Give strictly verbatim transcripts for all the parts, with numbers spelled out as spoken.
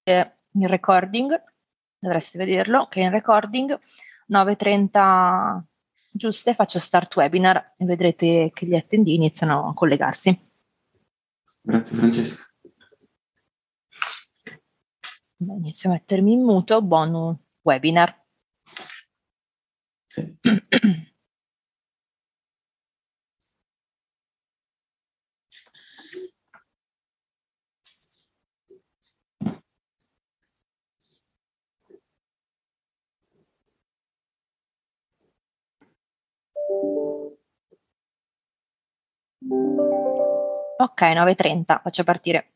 il recording, dovreste vederlo, che è in recording, nove e trenta giuste, faccio start webinar e vedrete che gli attendini iniziano a collegarsi. Grazie Francesca. Inizio a mettermi in muto, buon webinar. Sì. Ok, nove e trenta, faccio partire.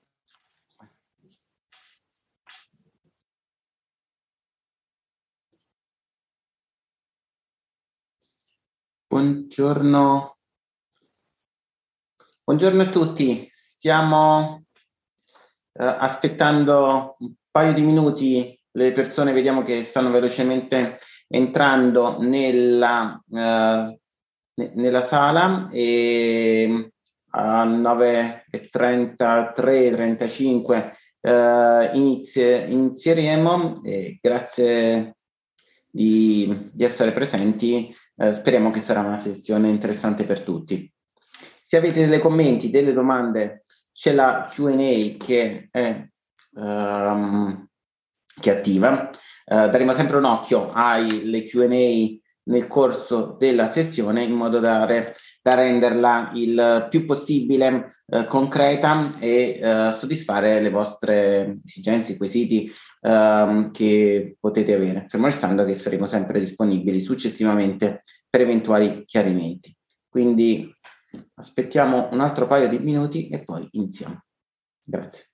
Buongiorno. Buongiorno a tutti. Stiamo eh, aspettando un paio di minuti. Le persone vediamo che stanno velocemente entrando nella, eh, nella sala e a nove e trentatré, trentacinque eh, inizie, inizieremo e grazie di, di essere presenti. Eh, speriamo che sarà una sessione interessante per tutti. Se avete dei commenti, delle domande, c'è la Q and A che è, um, che è attiva. Uh, daremo sempre un occhio alle Q and A nel corso della sessione in modo da, re, da renderla il più possibile uh, concreta e uh, soddisfare le vostre esigenze, i quesiti uh, che potete avere, fermo restando che saremo sempre disponibili successivamente per eventuali chiarimenti. Quindi aspettiamo un altro paio di minuti e poi iniziamo. Grazie.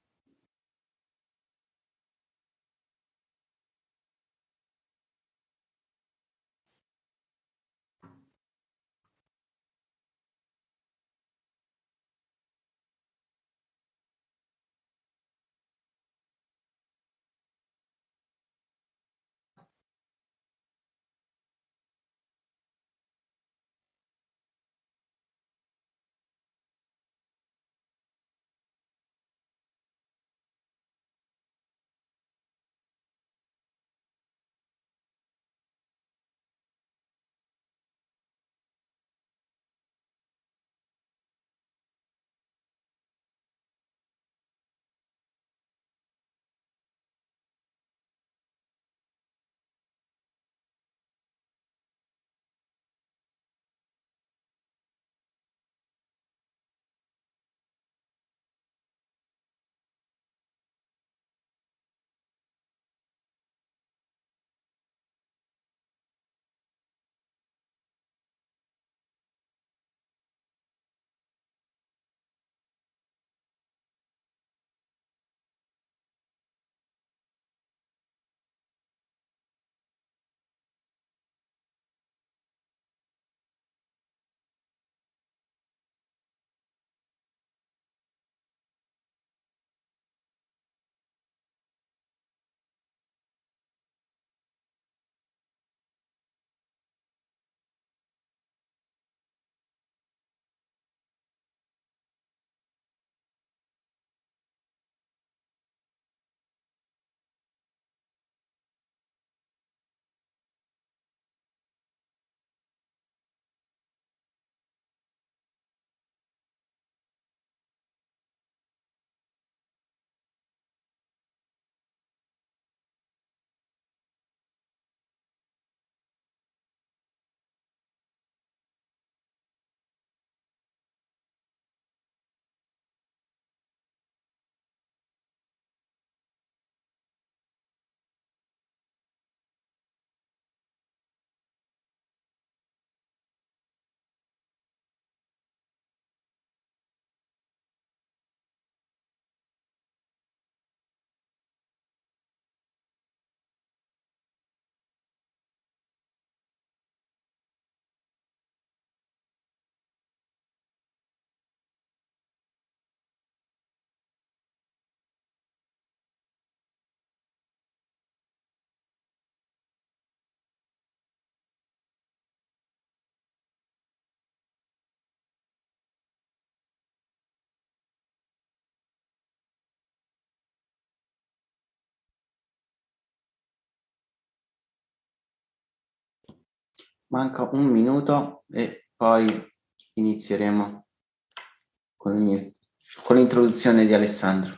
manca un minuto e poi inizieremo con, con l'introduzione di Alessandro.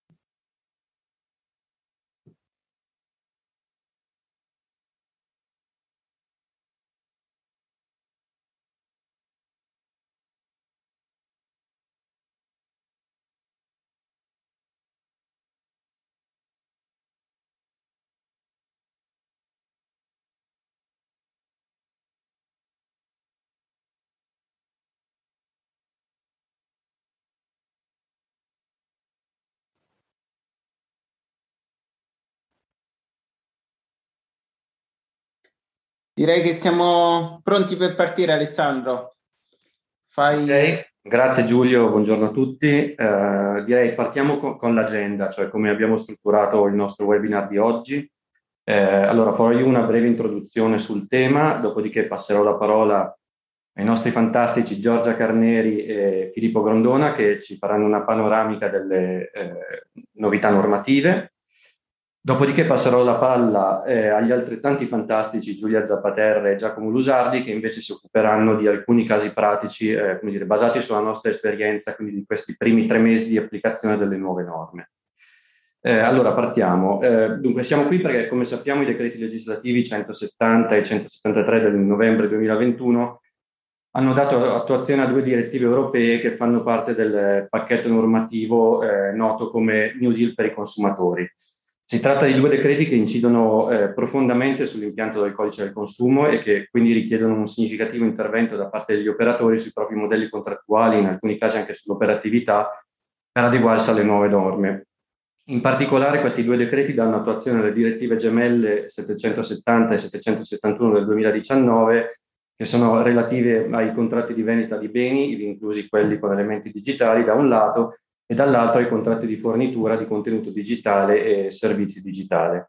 Direi che siamo pronti per partire, Alessandro. Fai... Ok, grazie Giulio, buongiorno a tutti. Eh, direi partiamo co- con l'agenda, cioè come abbiamo strutturato il nostro webinar di oggi. Eh, allora farò io una breve introduzione sul tema, dopodiché passerò la parola ai nostri fantastici Giorgia Carneri e Filippo Grondona che ci faranno una panoramica delle eh, novità normative. Dopodiché passerò la palla eh, agli altrettanti fantastici Giulia Zappaterra e Giacomo Lusardi che invece si occuperanno di alcuni casi pratici eh, come dire, basati sulla nostra esperienza, quindi di questi primi tre mesi di applicazione delle nuove norme. Eh, allora partiamo. Eh, dunque siamo qui perché come sappiamo i decreti legislativi centosettanta e centosettantatré del novembre duemilaventuno hanno dato attuazione a due direttive europee che fanno parte del pacchetto normativo eh, noto come New Deal per i consumatori. Si tratta di due decreti che incidono eh, profondamente sull'impianto del codice del consumo e che quindi richiedono un significativo intervento da parte degli operatori sui propri modelli contrattuali, in alcuni casi anche sull'operatività, per adeguarsi alle nuove norme. In particolare questi due decreti danno attuazione alle direttive gemelle settecentosettanta e settecentosettantuno del duemiladiciannove, che sono relative ai contratti di vendita di beni, inclusi quelli con elementi digitali da un lato, e dall'altro ai contratti di fornitura di contenuto digitale e servizi digitali.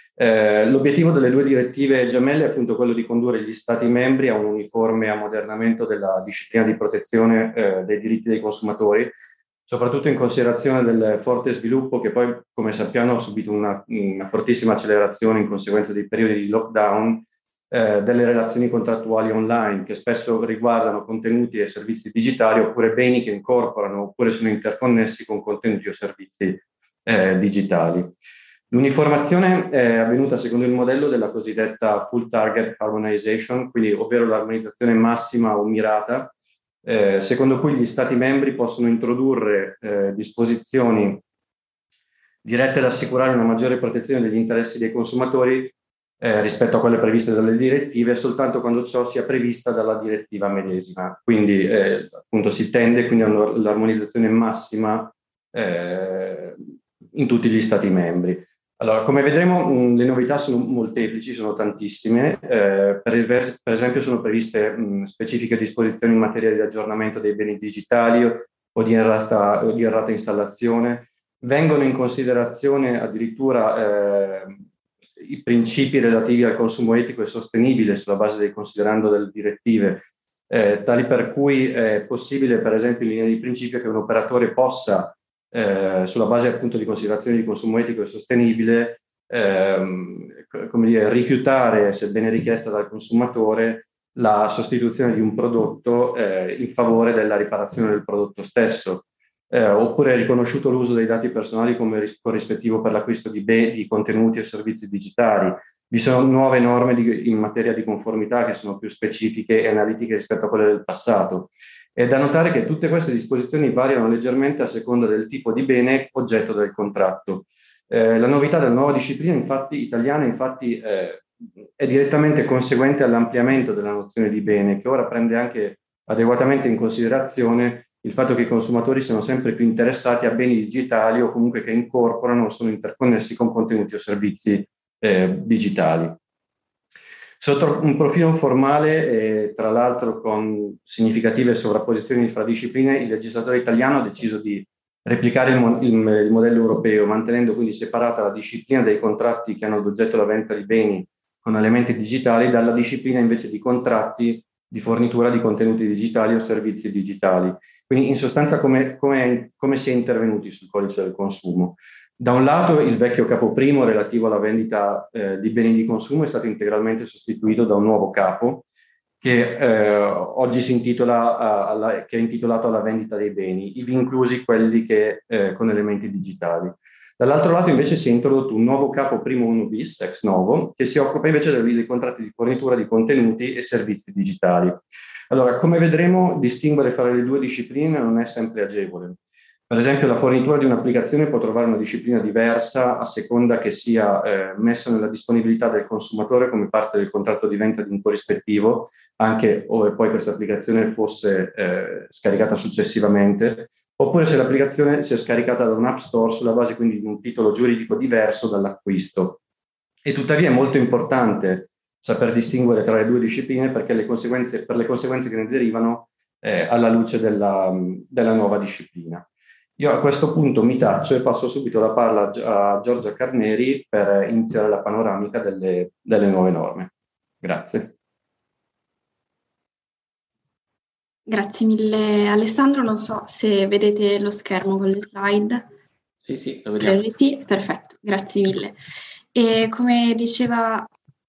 Eh, l'obiettivo delle due direttive gemelle è appunto quello di condurre gli Stati membri a un uniforme ammodernamento della disciplina di protezione eh, dei diritti dei consumatori, soprattutto in considerazione del forte sviluppo che poi, come sappiamo, ha subito una, una fortissima accelerazione in conseguenza dei periodi di lockdown eh, delle relazioni contrattuali online, che spesso riguardano contenuti e servizi digitali oppure beni che incorporano oppure sono interconnessi con contenuti o servizi eh, digitali. L'uniformazione è avvenuta secondo il modello della cosiddetta full target harmonization, quindi ovvero l'armonizzazione massima o mirata, Eh, secondo cui gli Stati membri possono introdurre eh, disposizioni dirette ad assicurare una maggiore protezione degli interessi dei consumatori eh, rispetto a quelle previste dalle direttive, soltanto quando ciò sia prevista dalla direttiva medesima. Quindi eh, appunto si tende quindi all'armonizzazione massima eh, in tutti gli Stati membri. Allora, come vedremo, mh, le novità sono molteplici, sono tantissime. Eh, per, per esempio sono previste mh, specifiche disposizioni in materia di aggiornamento dei beni digitali o, o di, errata, o di errata installazione. Vengono in considerazione addirittura eh, i principi relativi al consumo etico e sostenibile sulla base dei considerando delle direttive, eh, tali per cui è possibile, per esempio, in linea di principio che un operatore possa Eh, sulla base appunto di considerazioni di consumo etico e sostenibile, ehm, come dire, rifiutare, sebbene richiesta dal consumatore, la sostituzione di un prodotto eh, in favore della riparazione del prodotto stesso, eh, oppure è riconosciuto l'uso dei dati personali come ris- corrispettivo per l'acquisto di, be- di contenuti e servizi digitali. Vi sono nuove norme di, in materia di conformità che sono più specifiche e analitiche rispetto a quelle del passato. È da notare che tutte queste disposizioni variano leggermente a seconda del tipo di bene oggetto del contratto. Eh, la novità della nuova disciplina infatti, italiana infatti eh, è direttamente conseguente all'ampliamento della nozione di bene, che ora prende anche adeguatamente in considerazione il fatto che i consumatori siano sempre più interessati a beni digitali o comunque che incorporano o sono interconnessi con contenuti o servizi eh, digitali. Sotto un profilo formale e tra l'altro con significative sovrapposizioni fra discipline, il legislatore italiano ha deciso di replicare il, mo- il, il modello europeo, mantenendo quindi separata la disciplina dei contratti che hanno ad oggetto la vendita di beni con elementi digitali dalla disciplina invece di contratti di fornitura di contenuti digitali o servizi digitali. Quindi in sostanza come, come, come si è intervenuti sul codice del consumo? Da un lato il vecchio capo primo relativo alla vendita eh, di beni di consumo è stato integralmente sostituito da un nuovo capo che eh, oggi si intitola, uh, alla, che è intitolato alla vendita dei beni, ivi inclusi quelli che, eh, con elementi digitali. Dall'altro lato invece si è introdotto un nuovo capo primo uno bis, ex novo, che si occupa invece dei, dei contratti di fornitura di contenuti e servizi digitali. Allora, come vedremo, distinguere fra le due discipline non è sempre agevole. Per esempio, la fornitura di un'applicazione può trovare una disciplina diversa a seconda che sia eh, messa nella disponibilità del consumatore come parte del contratto di vendita di un corrispettivo, anche ove poi questa applicazione fosse eh, scaricata successivamente, oppure se l'applicazione sia scaricata da un app store sulla base quindi di un titolo giuridico diverso dall'acquisto. E tuttavia è molto importante saper distinguere tra le due discipline perché le conseguenze, per le conseguenze che ne derivano eh, alla luce della, della nuova disciplina. Io a questo punto mi taccio e passo subito la parola a Giorgia Carneri per iniziare la panoramica delle, delle nuove norme. Grazie. Grazie mille Alessandro, non so se vedete lo schermo con le slide. Sì, sì, lo vediamo. Credo sì, perfetto, grazie mille. E come diceva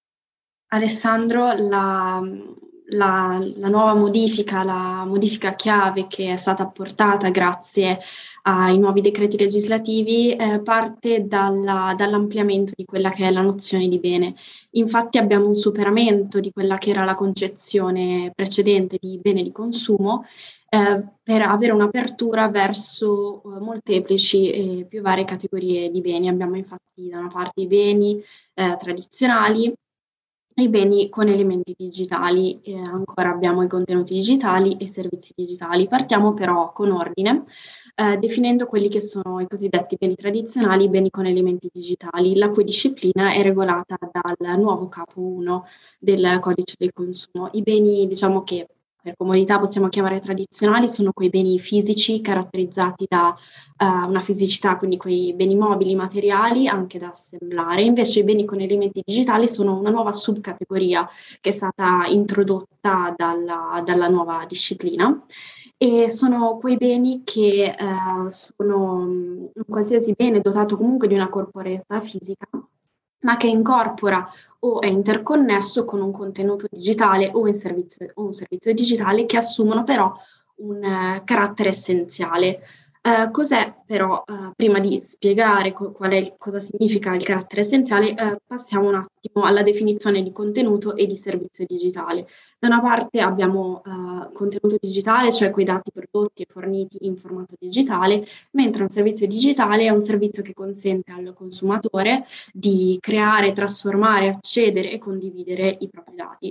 Alessandro, la, la, la nuova modifica, la modifica chiave che è stata apportata grazie ai nuovi decreti legislativi eh, parte dalla, dall'ampliamento di quella che è la nozione di bene. Infatti abbiamo un superamento di quella che era la concezione precedente di bene di consumo eh, per avere un'apertura verso eh, molteplici e più varie categorie di beni. Abbiamo infatti da una parte i beni eh, tradizionali, i beni con elementi digitali, eh, ancora abbiamo i contenuti digitali e i servizi digitali. Partiamo però con ordine, eh, definendo quelli che sono i cosiddetti beni tradizionali, beni con elementi digitali, la cui disciplina è regolata dal nuovo capo uno del codice del consumo. I beni, diciamo che per comodità possiamo chiamare tradizionali, sono quei beni fisici caratterizzati da uh, una fisicità, quindi quei beni mobili, materiali, anche da assemblare. Invece i beni con elementi digitali sono una nuova subcategoria che è stata introdotta dalla, dalla nuova disciplina e sono quei beni che uh, sono um, un qualsiasi bene dotato comunque di una corporeità fisica, ma che incorpora o è interconnesso con un contenuto digitale o, in servizio, o un servizio digitale che assumono però un uh, carattere essenziale. Uh, cos'è però, uh, prima di spiegare co- qual è il, cosa significa il carattere essenziale, uh, passiamo un attimo alla definizione di contenuto e di servizio digitale. Da una parte abbiamo uh, contenuto digitale, cioè quei dati prodotti e forniti in formato digitale, mentre un servizio digitale è un servizio che consente al consumatore di creare, trasformare, accedere e condividere i propri dati.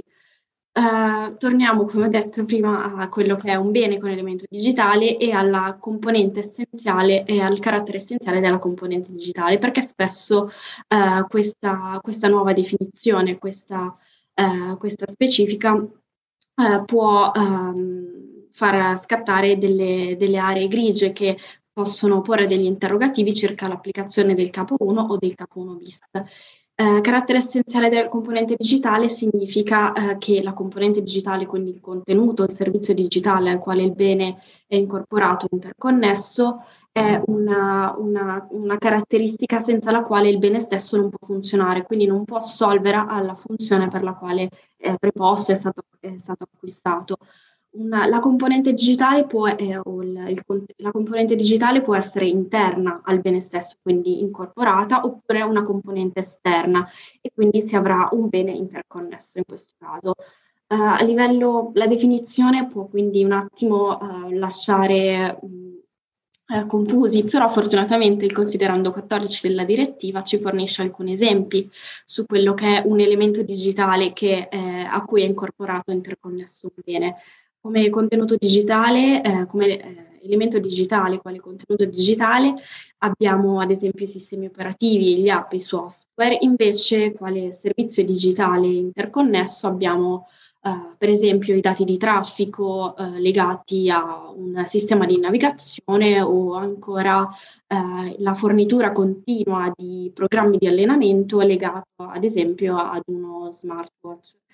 Uh, torniamo, come ho detto prima, a quello che è un bene con elemento digitale e alla componente essenziale e al carattere essenziale della componente digitale, perché spesso uh, questa, questa nuova definizione, questa, uh, questa specifica uh, può um, far scattare delle, delle aree grigie che possono porre degli interrogativi circa l'applicazione del capo uno o del capo uno bis. Eh, carattere essenziale del componente digitale significa eh, che la componente digitale, quindi il contenuto, il servizio digitale al quale il bene è incorporato, interconnesso, è una, una, una caratteristica senza la quale il bene stesso non può funzionare, quindi non può assolvere alla funzione per la quale è preposto, è stato, è stato acquistato. Una, la componente digitale può, eh, o il, il, la componente digitale può essere interna al bene stesso, quindi incorporata, oppure una componente esterna e quindi si avrà un bene interconnesso in questo caso. Uh, a livello, la definizione può quindi un attimo uh, lasciare mh, uh, confusi, però fortunatamente il considerando quattordici della direttiva ci fornisce alcuni esempi su quello che è un elemento digitale che, eh, a cui è incorporato e interconnesso un bene. Come contenuto digitale, eh, come eh, elemento digitale, quale contenuto digitale, abbiamo ad esempio i sistemi operativi, gli app, i software, invece quale servizio digitale interconnesso abbiamo eh, per esempio i dati di traffico eh, legati a un sistema di navigazione o ancora eh, la fornitura continua di programmi di allenamento legato ad esempio ad uno smartwatch.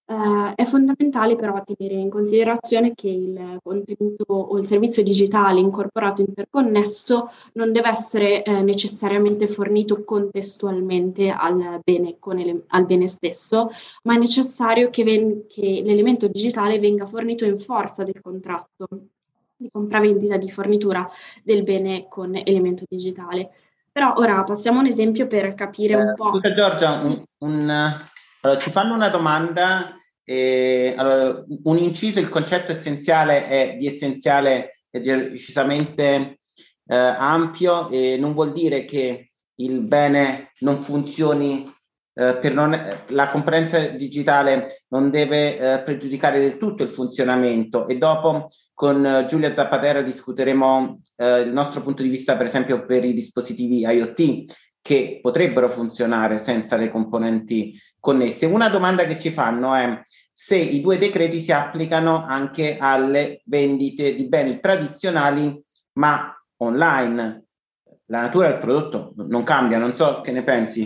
Uh, è fondamentale però tenere in considerazione che il contenuto o il servizio digitale incorporato interconnesso non deve essere eh, necessariamente fornito contestualmente al bene, con ele- al bene stesso, ma è necessario che, ven- che l'elemento digitale venga fornito in forza del contratto di compravendita di fornitura del bene con elemento digitale. Però ora passiamo a un esempio per capire un Eh, po'. scusa Giorgia, un, un, allora, ci fanno una domanda. Eh, allora, un inciso, il concetto essenziale è di essenziale è decisamente eh, ampio e non vuol dire che il bene non funzioni, eh, per non, la competenza digitale non deve eh, pregiudicare del tutto il funzionamento, e dopo con Giulia Zappatera discuteremo eh, il nostro punto di vista per esempio per i dispositivi IoT che potrebbero funzionare senza le componenti connesse. Una domanda che ci fanno è se i due decreti si applicano anche alle vendite di beni tradizionali ma online. La natura del prodotto non cambia, non so che ne pensi.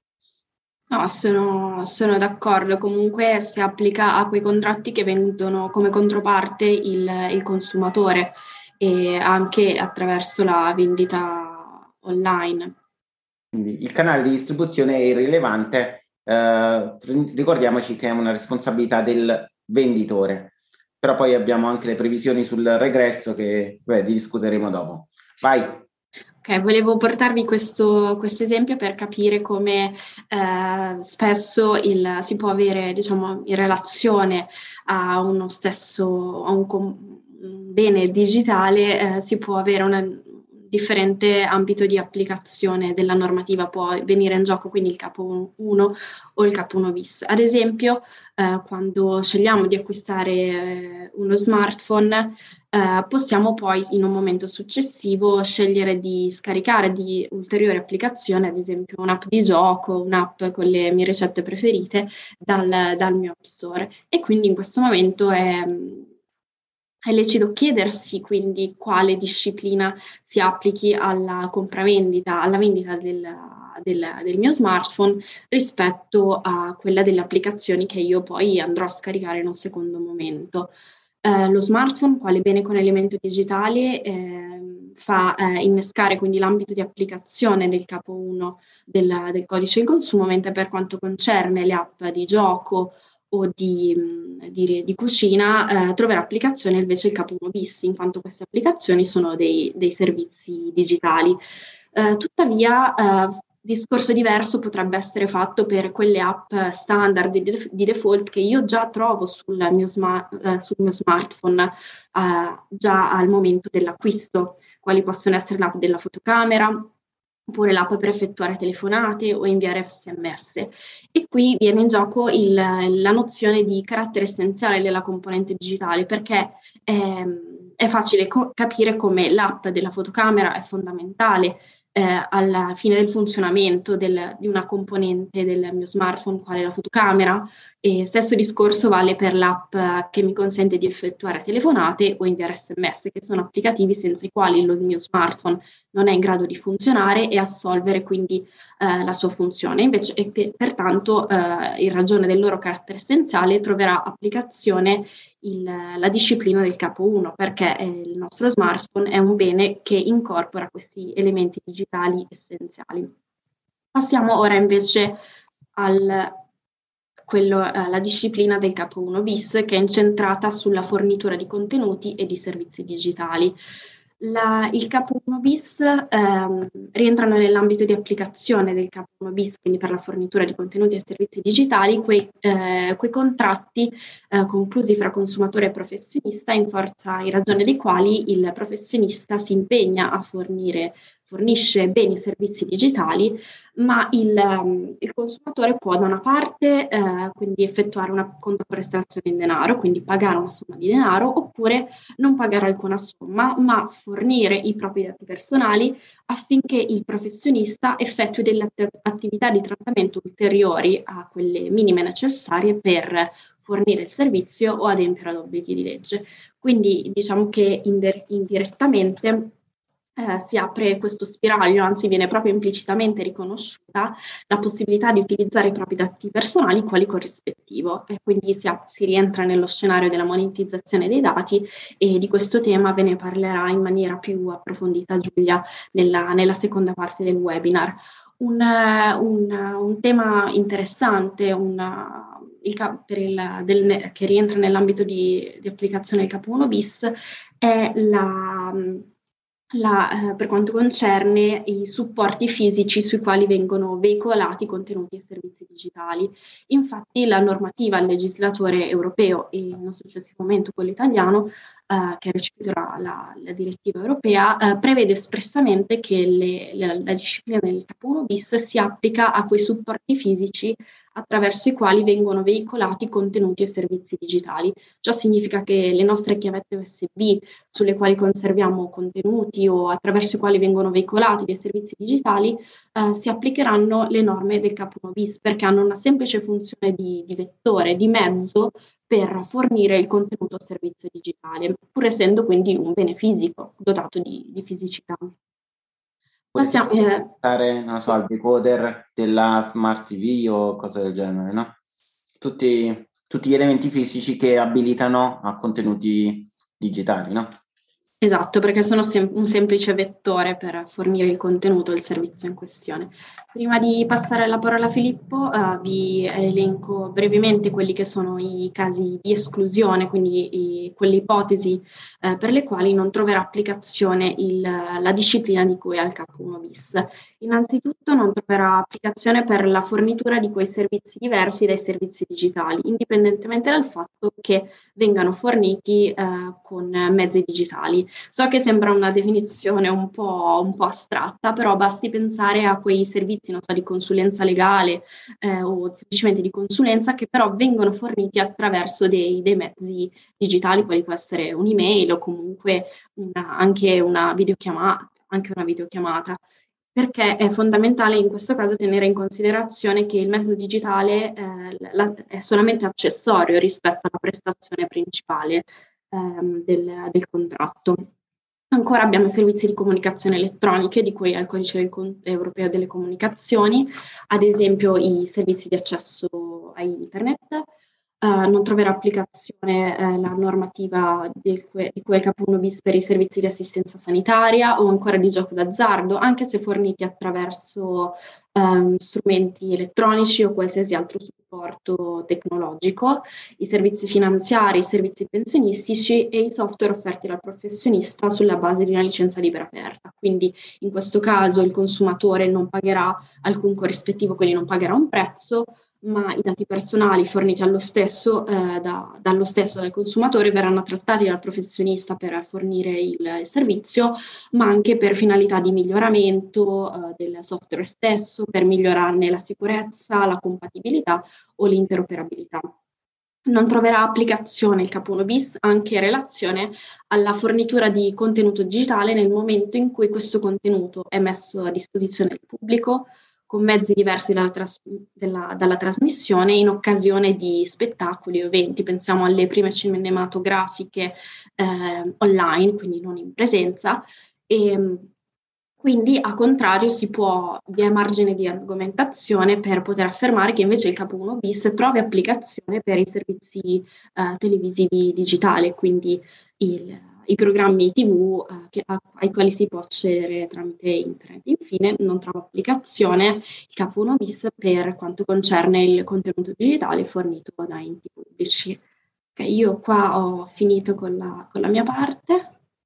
No, sono, sono d'accordo. Comunque si applica a quei contratti che vendono come controparte il, il consumatore e anche attraverso la vendita online. Quindi il canale di distribuzione è irrilevante, eh, ricordiamoci che è una responsabilità del venditore, però poi abbiamo anche le previsioni sul regresso che beh, discuteremo dopo. Vai. Ok, volevo portarvi questo, questo esempio per capire come eh, spesso il, si può avere, diciamo, in relazione a uno stesso, a un, com- un bene digitale, eh, si può avere un differente ambito di applicazione della normativa, può venire in gioco quindi il capo uno o il capo uno bis. Ad esempio, eh, quando scegliamo di acquistare eh, uno smartphone, Uh, possiamo poi in un momento successivo scegliere di scaricare di ulteriori applicazioni, ad esempio un'app di gioco, un'app con le mie ricette preferite dal, dal mio App Store. E quindi in questo momento è, è lecito chiedersi quindi quale disciplina si applichi alla compravendita, alla vendita del, del, del mio smartphone rispetto a quella delle applicazioni che io poi andrò a scaricare in un secondo momento. Eh, lo smartphone, quale bene con elemento digitale, eh, fa eh, innescare quindi l'ambito di applicazione del capo uno del, del codice di consumo, mentre per quanto concerne le app di gioco o di, di, di cucina eh, troverà applicazione invece il capo uno bis, in quanto queste applicazioni sono dei, dei servizi digitali. Eh, tuttavia, eh, discorso diverso potrebbe essere fatto per quelle app standard di, def- di default che io già trovo sul mio, sma- eh, sul mio smartphone eh, già al momento dell'acquisto, quali possono essere l'app della fotocamera, oppure l'app per effettuare telefonate o inviare sms. E qui viene in gioco il, la nozione di carattere essenziale della componente digitale, perché ehm, è facile co- capire come l'app della fotocamera è fondamentale eh, alla fine del funzionamento del, di una componente del mio smartphone, quale la fotocamera. E stesso discorso vale per l'app che mi consente di effettuare telefonate o inviare sms, che sono applicativi senza i quali il mio smartphone non è in grado di funzionare e assolvere quindi eh, la sua funzione. Invece, e per, pertanto, eh, in ragione del loro carattere essenziale, troverà applicazione il, la disciplina del capo uno, perché eh, il nostro smartphone è un bene che incorpora questi elementi digitali essenziali. Passiamo ora invece al quello, eh, la disciplina del capo uno bis, che è incentrata sulla fornitura di contenuti e di servizi digitali. La, il capo uno bis ehm, rientrano nell'ambito di applicazione del capo uno bis, quindi per la fornitura di contenuti e servizi digitali, quei, eh, quei contratti eh, conclusi fra consumatore e professionista, in forza in ragione dei quali il professionista si impegna a fornire fornisce beni e servizi digitali, ma il, um, il consumatore può da una parte eh, quindi effettuare una controprestazione in denaro, quindi pagare una somma di denaro, oppure non pagare alcuna somma, ma fornire i propri dati personali affinché il professionista effettui delle att- attività di trattamento ulteriori a quelle minime necessarie per fornire il servizio o adempiere ad obblighi di legge. Quindi diciamo che inde- indirettamente eh, si apre questo spiraglio, anzi viene proprio implicitamente riconosciuta la possibilità di utilizzare i propri dati personali quali corrispettivo, e quindi si, si rientra nello scenario della monetizzazione dei dati, e di questo tema ve ne parlerà in maniera più approfondita Giulia nella, nella seconda parte del webinar. Un, un, un tema interessante, una, il, per il, del, che rientra nell'ambito di, di applicazione del capo uno bis, è la, la, eh, per quanto concerne i supporti fisici sui quali vengono veicolati contenuti e servizi digitali. Infatti la normativa al legislatore europeo e in un successivo momento quello italiano, Uh, che ha recepito la, la, la direttiva europea, uh, prevede espressamente che le, la, la disciplina del capo uno bis si applica a quei supporti fisici attraverso i quali vengono veicolati contenuti e servizi digitali. Ciò significa che le nostre chiavette U S B sulle quali conserviamo contenuti o attraverso i quali vengono veicolati dei servizi digitali uh, si applicheranno le norme del capo uno bis, perché hanno una semplice funzione di, di vettore, di mezzo per fornire il contenuto o servizio digitale, pur essendo quindi un bene fisico, dotato di, di fisicità. Passiamo a stare, non so, al decoder della Smart T V o cose del genere, no? Tutti, tutti gli elementi fisici che abilitano a contenuti digitali, no? Esatto, perché sono sem- un semplice vettore per fornire il contenuto o il servizio in questione. Prima di passare la parola a Filippo, uh, vi elenco brevemente quelli che sono i casi di esclusione, quindi i, quelle ipotesi uh, per le quali non troverà applicazione il, la disciplina di cui è al capo uno bis. Innanzitutto non troverà applicazione per la fornitura di quei servizi diversi dai servizi digitali, indipendentemente dal fatto che vengano forniti uh, con mezzi digitali. So che sembra una definizione un po', un po' astratta, però basti pensare a quei servizi, non so, di consulenza legale eh, o semplicemente di consulenza, che però vengono forniti attraverso dei, dei mezzi digitali, quali può essere un'email o comunque una, anche una videochiamata, anche una videochiamata. Perché è fondamentale in questo caso tenere in considerazione che il mezzo digitale eh, la, è solamente accessorio rispetto alla prestazione principale ehm, del, del contratto. Ancora abbiamo i servizi di comunicazione elettroniche di cui è il codice del con- europeo delle comunicazioni, ad esempio i servizi di accesso a internet. Uh, non troverà applicazione eh, la normativa di cui, di cui è il capo uno bis per i servizi di assistenza sanitaria o ancora di gioco d'azzardo, anche se forniti attraverso um, strumenti elettronici o qualsiasi altro supporto tecnologico, i servizi finanziari, i servizi pensionistici e i software offerti dal professionista sulla base di una licenza libera aperta. Quindi in questo caso il consumatore non pagherà alcun corrispettivo, quindi non pagherà un prezzo, ma i dati personali forniti allo stesso, eh, da, dallo stesso dal consumatore verranno trattati dal professionista per fornire il, il servizio, ma anche per finalità di miglioramento eh, del software stesso, per migliorarne la sicurezza, la compatibilità o l'interoperabilità. Non troverà applicazione il capo uno bis anche in relazione alla fornitura di contenuto digitale nel momento in cui questo contenuto è messo a disposizione del pubblico con mezzi diversi dalla, tras- della, dalla trasmissione in occasione di spettacoli o eventi. Pensiamo alle prime cinematografiche eh, online, quindi non in presenza, e quindi a contrario si può, vi è margine di argomentazione per poter affermare che invece il capo uno bis trovi applicazione per i servizi eh, televisivi digitali, quindi il, i programmi tivù eh, che, a, ai quali si può accedere tramite internet. Infine non trova applicazione il capo uno bis per quanto concerne il contenuto digitale fornito da enti pubblici. Okay, io qua ho finito con la, con la mia parte.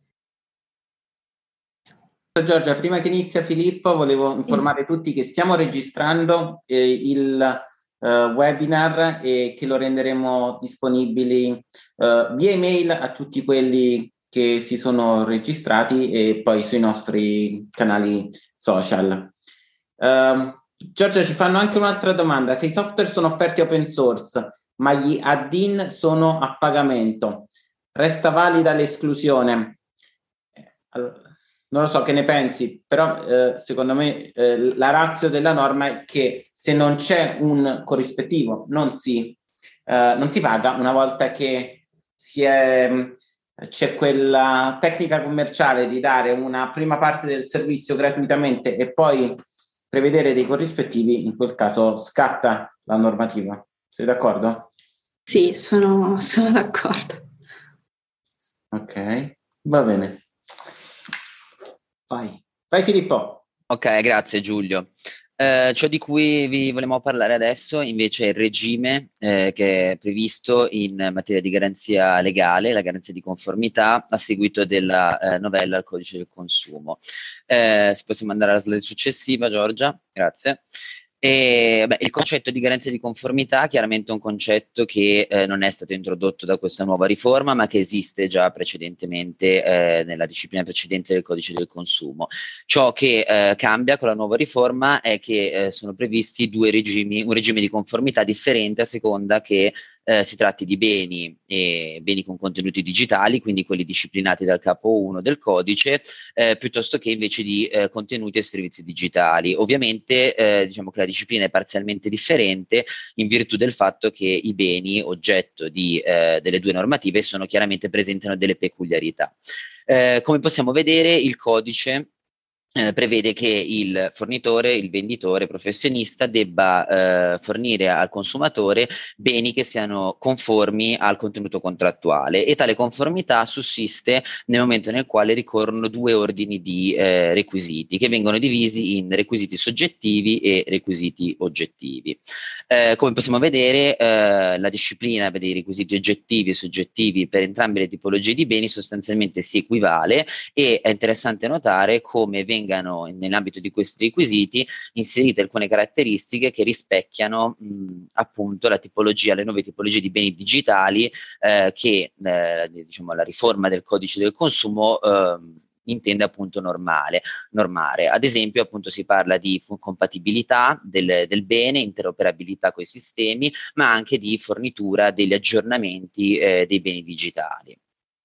Giorgia, prima che inizia Filippo, volevo informare sì. tutti che stiamo registrando eh, il eh, webinar e che lo renderemo disponibili eh, via email a tutti quelli che si sono registrati e poi sui nostri canali social. Uh, Giorgia, ci fanno anche un'altra domanda. Se i software sono offerti open source, ma gli add-in sono a pagamento, resta valida l'esclusione? Allora, non lo so che ne pensi, però eh, secondo me eh, la ratio della norma è che se non c'è un corrispettivo non si, eh, non si paga una volta che si è, c'è quella tecnica commerciale di dare una prima parte del servizio gratuitamente e poi prevedere dei corrispettivi, in quel caso scatta la normativa. Sei d'accordo? Sì, sono, sono d'accordo. Ok, va bene. Vai, vai Filippo. Ok, grazie Giulio. Eh, ciò di cui vi vogliamo parlare adesso invece è il regime eh, che è previsto in materia di garanzia legale, la garanzia di conformità a seguito della eh, novella al codice del consumo. Eh, se possiamo andare alla slide successiva, Giorgia, grazie. E, beh, il concetto di garanzia di conformità chiaramente è un concetto che eh, non è stato introdotto da questa nuova riforma, ma che esiste già precedentemente eh, nella disciplina precedente del codice del consumo. Ciò che eh, cambia con la nuova riforma è che eh, sono previsti due regimi, un regime di conformità differente a seconda che eh, si tratti di beni e beni con contenuti digitali, quindi quelli disciplinati dal capo uno del codice, eh, piuttosto che invece di eh, contenuti e servizi digitali. Ovviamente eh, diciamo che la disciplina è parzialmente differente in virtù del fatto che i beni oggetto di, eh, delle due normative sono chiaramente presentano delle peculiarità. Eh, come possiamo vedere, il codice Eh, prevede che il fornitore, il venditore professionista debba eh, fornire al consumatore beni che siano conformi al contenuto contrattuale e tale conformità sussiste nel momento nel quale ricorrono due ordini di eh, requisiti che vengono divisi in requisiti soggettivi e requisiti oggettivi. Eh, come possiamo vedere, eh, la disciplina dei requisiti oggettivi e soggettivi per entrambe le tipologie di beni sostanzialmente si equivale e è interessante notare come vengono vengano nell'ambito di questi requisiti inserite alcune caratteristiche che rispecchiano mh, appunto la tipologia, le nuove tipologie di beni digitali eh, che eh, diciamo la riforma del codice del consumo eh, intende appunto normale, normare. Ad esempio appunto si parla di compatibilità del, del bene, interoperabilità con i sistemi, ma anche di fornitura degli aggiornamenti eh, dei beni digitali.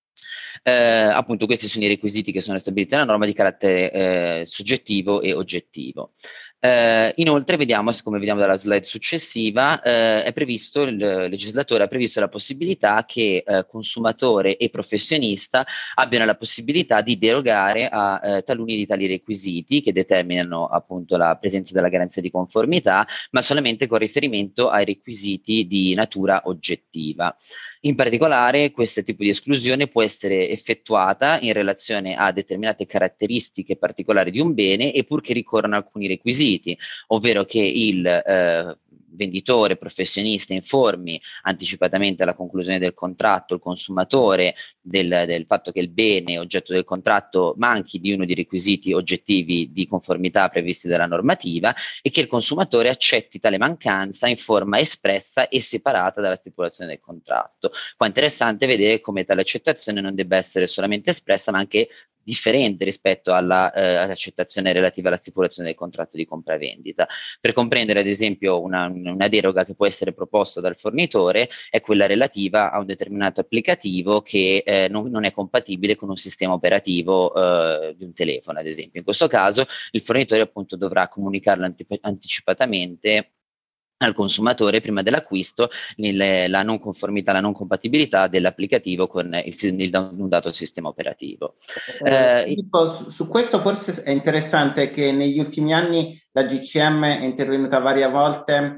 Eh, appunto questi sono i requisiti che sono stabiliti nella norma di carattere eh, soggettivo e oggettivo. Eh, inoltre vediamo, come vediamo dalla slide successiva, eh, è previsto, il legislatore ha previsto la possibilità che eh, consumatore e professionista abbiano la possibilità di derogare a eh, taluni di tali requisiti che determinano appunto la presenza della garanzia di conformità, ma solamente con riferimento ai requisiti di natura oggettiva. In particolare, questo tipo di esclusione può essere effettuata in relazione a determinate caratteristiche particolari di un bene e pur che ricorrano alcuni requisiti, ovvero che il eh, venditore professionista informi anticipatamente alla conclusione del contratto il consumatore del, del fatto che il bene oggetto del contratto manchi di uno dei requisiti oggettivi di conformità previsti dalla normativa e che il consumatore accetti tale mancanza in forma espressa e separata dalla stipulazione del contratto. Qua è interessante vedere come tale accettazione non debba essere solamente espressa ma anche differente rispetto alla, eh, all'accettazione relativa alla stipulazione del contratto di compravendita. Per comprendere ad esempio una, una deroga che può essere proposta dal fornitore è quella relativa a un determinato applicativo che eh, non, non è compatibile con un sistema operativo eh, di un telefono ad esempio. In questo caso il fornitore appunto dovrà comunicarlo antip- anticipatamente al consumatore prima dell'acquisto il, la non conformità, la non compatibilità dell'applicativo con il, il, un dato sistema operativo. Eh, eh, tipo, su, su questo forse è interessante che negli ultimi anni la G C M è intervenuta varie volte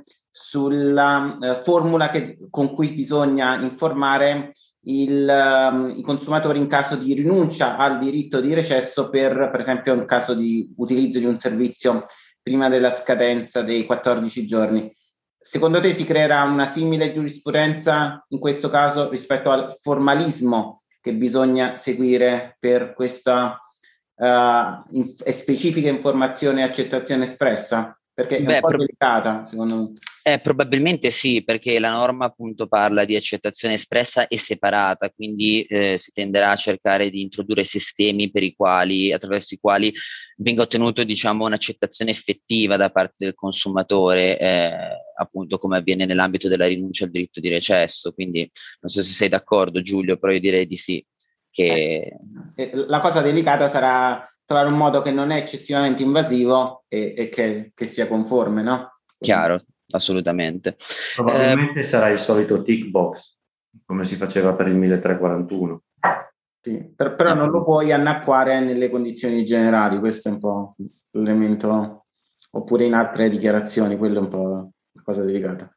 sulla eh, formula che, con cui bisogna informare il, um, i consumatori in caso di rinuncia al diritto di recesso per, per esempio, in caso di utilizzo di un servizio prima della scadenza dei quattordici giorni. Secondo te si creerà una simile giurisprudenza in questo caso rispetto al formalismo che bisogna seguire per questa uh, inf- specifica informazione e accettazione espressa? Perché è Beh, un po' pro- delicata, secondo me. Eh, probabilmente sì, perché la norma appunto parla di accettazione espressa e separata, quindi eh, si tenderà a cercare di introdurre sistemi per i quali, attraverso i quali venga ottenuto, diciamo, un'accettazione effettiva da parte del consumatore, eh, appunto come avviene nell'ambito della rinuncia al diritto di recesso. Quindi non so se sei d'accordo, Giulio, però io direi di sì. Che... Eh, la cosa delicata sarà trovare un modo che non è eccessivamente invasivo e, e che, che sia conforme, no? Chiaro, assolutamente. Probabilmente eh, sarà il solito tick box, come si faceva per il milletrecentoquarantuno. Sì, per, però non lo puoi annacquare nelle condizioni generali, questo è un po' l'elemento, oppure in altre dichiarazioni, quello è un po' una cosa delicata.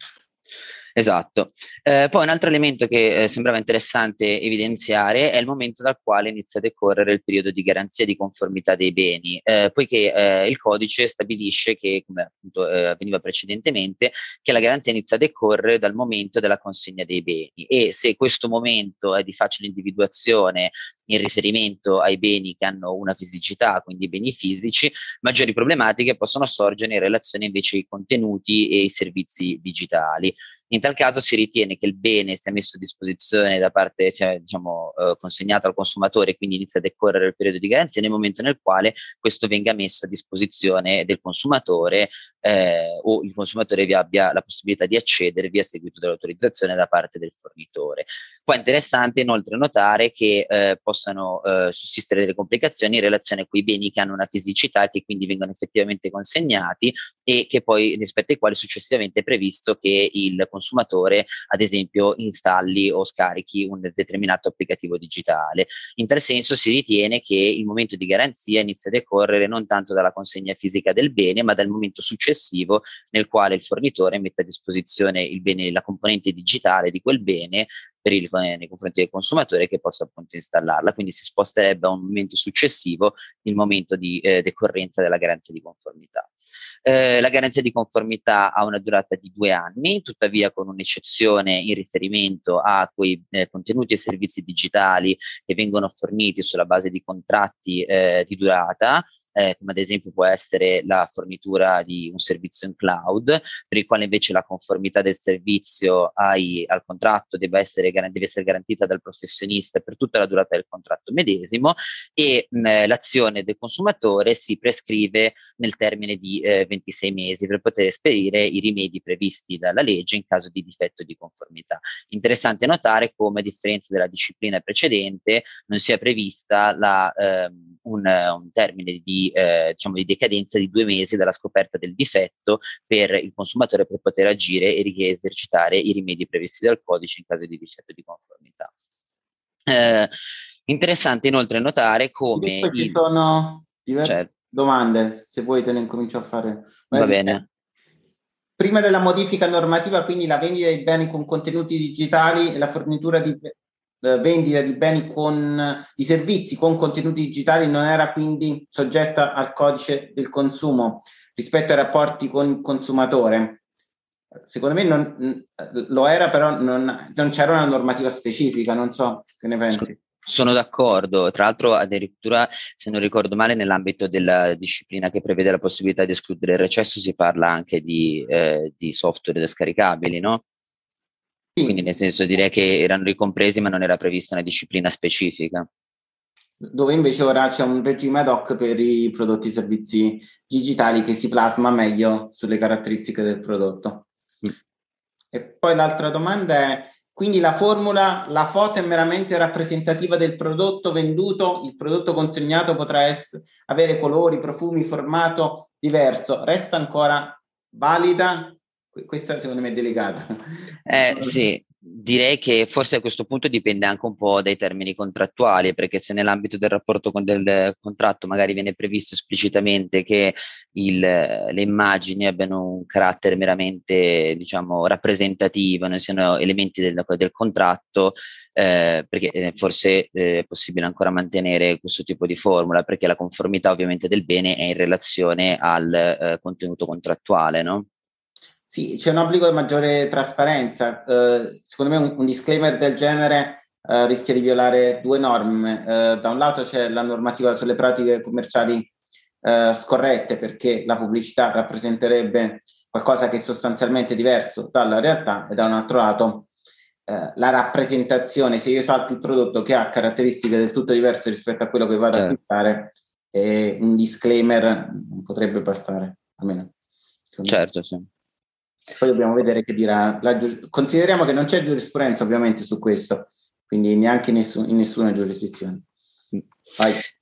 Esatto. Eh, poi un altro elemento che eh, sembrava interessante evidenziare è il momento dal quale inizia a decorrere il periodo di garanzia di conformità dei beni, eh, poiché eh, il codice stabilisce che, come appunto eh, avveniva precedentemente, che la garanzia inizia a decorrere dal momento della consegna dei beni, e se questo momento è di facile individuazione in riferimento ai beni che hanno una fisicità, quindi beni fisici, maggiori problematiche possono sorgere in relazione invece ai contenuti e ai servizi digitali. In tal caso si ritiene che il bene sia messo a disposizione da parte, sia diciamo eh, consegnato al consumatore, quindi inizia a decorrere il periodo di garanzia nel momento nel quale questo venga messo a disposizione del consumatore eh, o il consumatore vi abbia la possibilità di accedervi a seguito dell'autorizzazione da parte del fornitore. Poi è interessante inoltre notare che eh, possano eh, sussistere delle complicazioni in relazione a quei beni che hanno una fisicità e che quindi vengono effettivamente consegnati e che poi rispetto ai quali successivamente è previsto che il consumatore ad esempio installi o scarichi un determinato applicativo digitale. In tal senso si ritiene che il momento di garanzia inizia a decorrere non tanto dalla consegna fisica del bene, ma dal momento successivo nel quale il fornitore mette a disposizione il bene, la componente digitale di quel bene per il, nei confronti del consumatore che possa appunto installarla, quindi si sposterebbe a un momento successivo il momento di eh, decorrenza della garanzia di conformità. Eh, la garanzia di conformità ha una durata di due anni, tuttavia con un'eccezione in riferimento a quei eh, contenuti e servizi digitali che vengono forniti sulla base di contratti eh, di durata, Eh, come ad esempio può essere la fornitura di un servizio in cloud, per il quale invece la conformità del servizio ai, al contratto deve essere, deve essere garantita dal professionista per tutta la durata del contratto medesimo, e mh, l'azione del consumatore si prescrive nel termine di eh, ventisei mesi per poter esperire i rimedi previsti dalla legge in caso di difetto di conformità. Interessante notare come, a differenza della disciplina precedente, non sia prevista la, ehm, un, un termine di Eh, diciamo di decadenza di due mesi dalla scoperta del difetto per il consumatore per poter agire e esercitare i rimedi previsti dal codice in caso di difetto di conformità. Eh, interessante inoltre notare come ci il... sono diverse cioè, domande, se vuoi te ne incomincio a fare. va bene. Prima della modifica normativa, quindi la vendita di beni con contenuti digitali e la fornitura di eh, vendita di beni con di servizi con contenuti digitali non era quindi soggetta al codice del consumo rispetto ai rapporti con il consumatore. Secondo me non, lo era, però non, non c'era una normativa specifica, non so che ne pensi. Sono d'accordo, tra l'altro addirittura, se non ricordo male, nell'ambito della disciplina che prevede la possibilità di escludere il recesso si parla anche di, eh, di software scaricabili, no? Sì. Quindi nel senso direi che erano ricompresi ma non era prevista una disciplina specifica. Dove invece ora c'è un regime ad hoc per i prodotti e servizi digitali che si plasma meglio sulle caratteristiche del prodotto. Mm. E poi l'altra domanda è: quindi la formula, la foto è meramente rappresentativa del prodotto venduto, il prodotto consegnato potrà essere, avere colori, profumi, formato diverso, resta ancora valida? Questa secondo me è delicata. Eh, sì, direi che forse a questo punto dipende anche un po' dai termini contrattuali, perché se nell'ambito del rapporto con del contratto magari viene previsto esplicitamente che il, le immagini abbiano un carattere meramente, diciamo, rappresentativo, non siano elementi del, del contratto, eh, perché eh, forse eh, è possibile ancora mantenere questo tipo di formula, perché la conformità ovviamente del bene è in relazione al eh, contenuto contrattuale, no? Sì, c'è un obbligo di maggiore trasparenza. Eh, secondo me un, un disclaimer del genere eh, rischia di violare due norme. Eh, da un lato c'è la normativa sulle pratiche commerciali eh, scorrette, perché la pubblicità rappresenterebbe qualcosa che è sostanzialmente diverso dalla realtà, e da un altro lato eh, la rappresentazione, se io salto il prodotto che ha caratteristiche del tutto diverse rispetto a quello che vado ad acquistare, eh, un disclaimer non potrebbe bastare, almeno. Certo, me. Sì. Poi dobbiamo vedere che dirà la giur- consideriamo che non c'è giurisprudenza ovviamente su questo, quindi neanche in, nessun, in nessuna giurisdizione. Vai.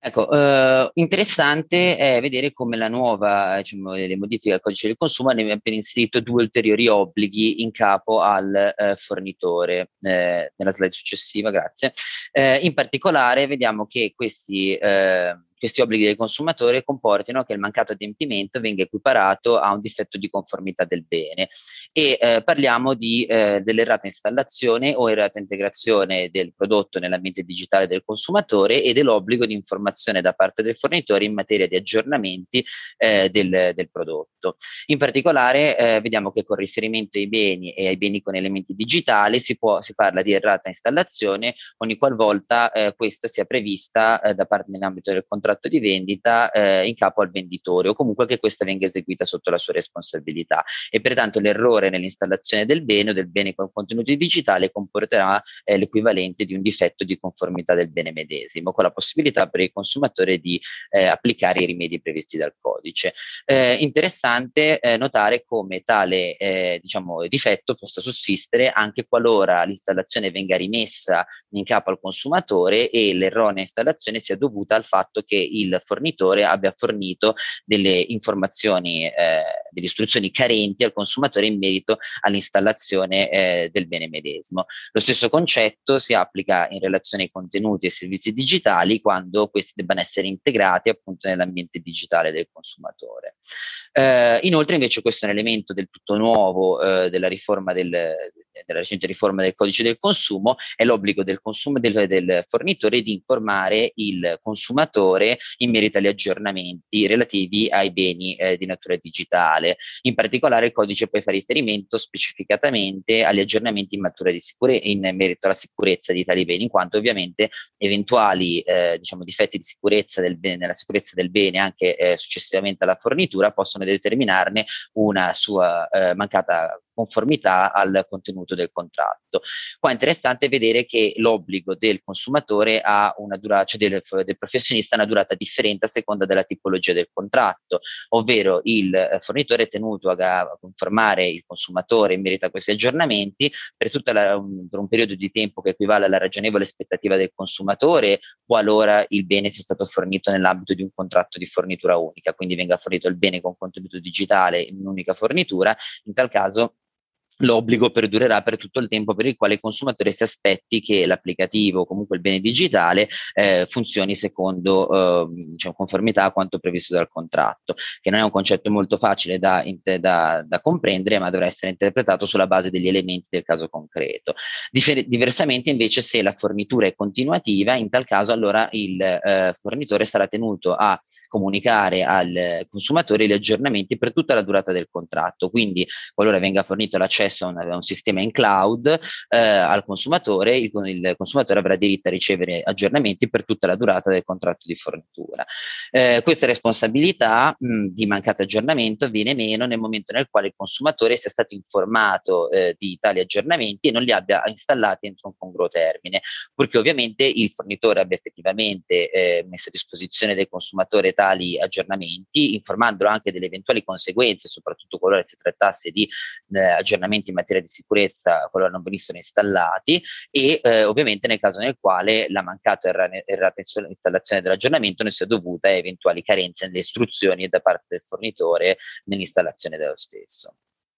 Ecco, eh, interessante è vedere come la nuova, diciamo, le modifiche al codice del consumo hanno appena inserito due ulteriori obblighi in capo al eh, fornitore. Eh, nella slide successiva, grazie. Eh, in particolare vediamo che questi, eh, questi obblighi del consumatore comportino che il mancato adempimento venga equiparato a un difetto di conformità del bene e eh, parliamo di, eh, dell'errata installazione o errata integrazione del prodotto nell'ambiente digitale del consumatore e dell'obbligo di informazione da parte del fornitore in materia di aggiornamenti eh, del, del prodotto. In particolare eh, vediamo che con riferimento ai beni e ai beni con elementi digitali si, può, si parla di errata installazione ogni qualvolta eh, questa sia prevista eh, da parte nell'ambito del contratto di vendita eh, in capo al venditore o comunque che questa venga eseguita sotto la sua responsabilità e pertanto l'errore nell'installazione del bene o del bene con contenuti digitali comporterà eh, l'equivalente di un difetto di conformità del bene medesimo con la possibilità per il consumatore di eh, applicare i rimedi previsti dal codice. Eh, interessante eh, notare come tale eh, diciamo, difetto possa sussistere anche qualora l'installazione venga rimessa in capo al consumatore e l'erronea installazione sia dovuta al fatto che il fornitore abbia fornito delle informazioni, eh, delle istruzioni carenti al consumatore in merito all'installazione eh, del bene medesimo. Lo stesso concetto si applica in relazione ai contenuti e servizi digitali quando questi debbano essere integrati appunto nell'ambiente digitale del consumatore. Eh, inoltre invece questo è un elemento del tutto nuovo eh, della riforma del, della recente riforma del codice del consumo è l'obbligo del, consumo, del, del fornitore di informare il consumatore in merito agli aggiornamenti relativi ai beni eh, di natura digitale. In particolare il codice poi fa riferimento specificatamente agli aggiornamenti in, di sicure- in merito alla sicurezza di tali beni, in quanto ovviamente eventuali eh, diciamo, difetti di sicurezza del bene, nella sicurezza del bene anche eh, successivamente alla fornitura possono determinarne una sua eh, mancata conformità al contenuto del contratto. Qua è interessante vedere che l'obbligo del consumatore ha una durata, cioè del, del professionista, ha una durata differente a seconda della tipologia del contratto, ovvero il eh, fornitore è tenuto a, a conformare il consumatore in merito a questi aggiornamenti per, tutta la, un, per un periodo di tempo che equivale alla ragionevole aspettativa del consumatore, qualora il bene sia stato fornito nell'ambito di un contratto di fornitura unica, quindi venga fornito il bene con contenuto digitale in un'unica fornitura, in tal caso l'obbligo perdurerà per tutto il tempo per il quale il consumatore si aspetti che l'applicativo o comunque il bene digitale eh, funzioni secondo eh, diciamo, conformità a quanto previsto dal contratto, che non è un concetto molto facile da, da, da comprendere, ma dovrà essere interpretato sulla base degli elementi del caso concreto. Difer- diversamente invece se la fornitura è continuativa, in tal caso allora il eh, fornitore sarà tenuto a comunicare al consumatore gli aggiornamenti per tutta la durata del contratto, quindi qualora venga fornito l'accesso a un, a un sistema in cloud eh, al consumatore, il, il consumatore avrà diritto a ricevere aggiornamenti per tutta la durata del contratto di fornitura. Eh, questa responsabilità mh, di mancato aggiornamento viene meno nel momento nel quale il consumatore sia stato informato eh, di tali aggiornamenti e non li abbia installati entro un congruo termine, purché ovviamente il fornitore abbia effettivamente eh, messo a disposizione del consumatore tali aggiornamenti, informandolo anche delle eventuali conseguenze, soprattutto qualora si trattasse di eh, aggiornamenti in materia di sicurezza, qualora non venissero installati, e eh, ovviamente nel caso nel quale la mancata errata installazione dell'aggiornamento ne sia dovuta a eventuali carenze nelle istruzioni da parte del fornitore nell'installazione dello stesso.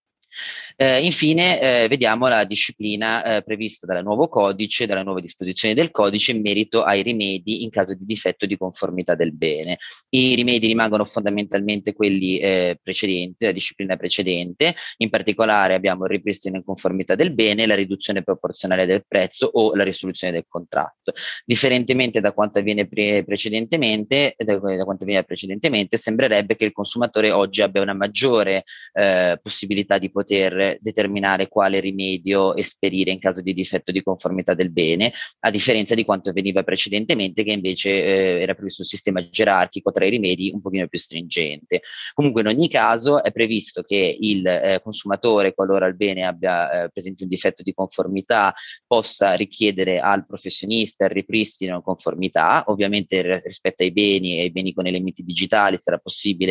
Eh, infine eh, vediamo la disciplina eh, prevista dal nuovo codice, dalle nuove disposizioni del codice in merito ai rimedi in caso di difetto di conformità del bene. I rimedi rimangono fondamentalmente quelli eh, precedenti, la disciplina precedente, in particolare abbiamo il ripristino in conformità del bene, la riduzione proporzionale del prezzo o la risoluzione del contratto. Differentemente da quanto avviene pre- precedentemente, da, da quanto avviene precedentemente, sembrerebbe che il consumatore oggi abbia una maggiore eh, possibilità di poter poter determinare quale rimedio esperire in caso di difetto di conformità del bene, a differenza di quanto avveniva precedentemente, che invece eh, era previsto un sistema gerarchico tra i rimedi un pochino più stringente. Comunque in ogni caso è previsto che il eh, consumatore, qualora il bene abbia eh, presente un difetto di conformità, possa richiedere al professionista il ripristino in conformità. Ovviamente r- rispetto ai beni e ai beni con elementi digitali sarà possibile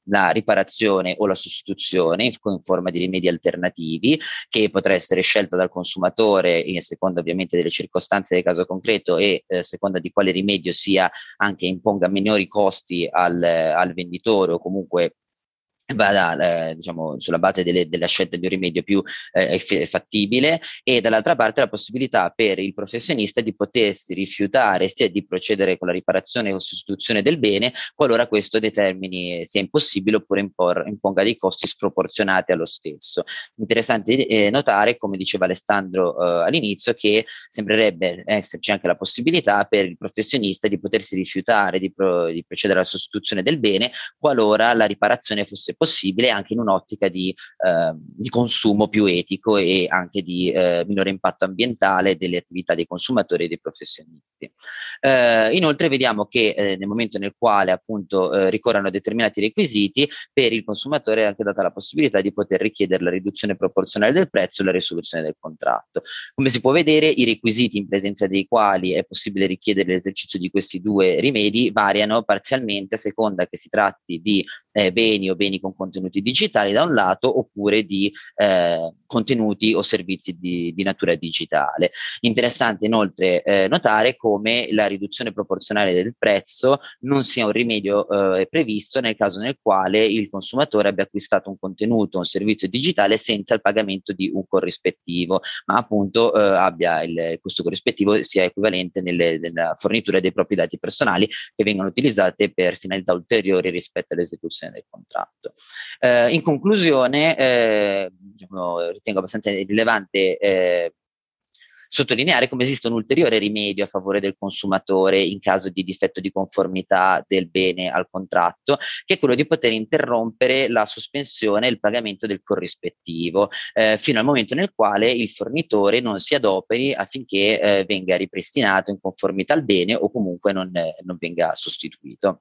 la riparazione o la sostituzione in, in forma di rimedi alternativi, che potrà essere scelta dal consumatore in seconda ovviamente delle circostanze del caso concreto e a eh, seconda di quale rimedio sia anche imponga minori costi al, al venditore o comunque vada eh, diciamo sulla base delle, della scelta di un rimedio più eh, fattibile, e dall'altra parte la possibilità per il professionista di potersi rifiutare sia di procedere con la riparazione o sostituzione del bene qualora questo determini sia impossibile oppure impor, imponga dei costi sproporzionati allo stesso. Interessante eh, notare, come diceva Alessandro eh, all'inizio, che sembrerebbe esserci anche la possibilità per il professionista di potersi rifiutare di, pro, di procedere alla sostituzione del bene qualora la riparazione fosse possibile, anche in un'ottica di, eh, di consumo più etico e anche di eh, minore impatto ambientale delle attività dei consumatori e dei professionisti. Eh, inoltre vediamo che eh, nel momento nel quale appunto eh, ricorrono determinati requisiti, per il consumatore è anche data la possibilità di poter richiedere la riduzione proporzionale del prezzo e la risoluzione del contratto. Come si può vedere, i requisiti in presenza dei quali è possibile richiedere l'esercizio di questi due rimedi variano parzialmente a seconda che si tratti di eh, beni o beni con contenuti digitali da un lato, oppure di eh, contenuti o servizi di, di natura digitale. Interessante inoltre eh, notare come la riduzione proporzionale del prezzo non sia un rimedio eh, previsto nel caso nel quale il consumatore abbia acquistato un contenuto o un servizio digitale senza il pagamento di un corrispettivo, ma appunto eh, abbia il, questo corrispettivo sia equivalente nelle, nella fornitura dei propri dati personali che vengono utilizzati per finalità ulteriori rispetto all'esecuzione del contratto. Eh, in conclusione, eh, diciamo, ritengo abbastanza rilevante eh, sottolineare come esiste un ulteriore rimedio a favore del consumatore in caso di difetto di conformità del bene al contratto, che è quello di poter interrompere la sospensione e il pagamento del corrispettivo eh, fino al momento nel quale il fornitore non si adoperi affinché eh, venga ripristinato in conformità al bene o comunque non, eh, non venga sostituito.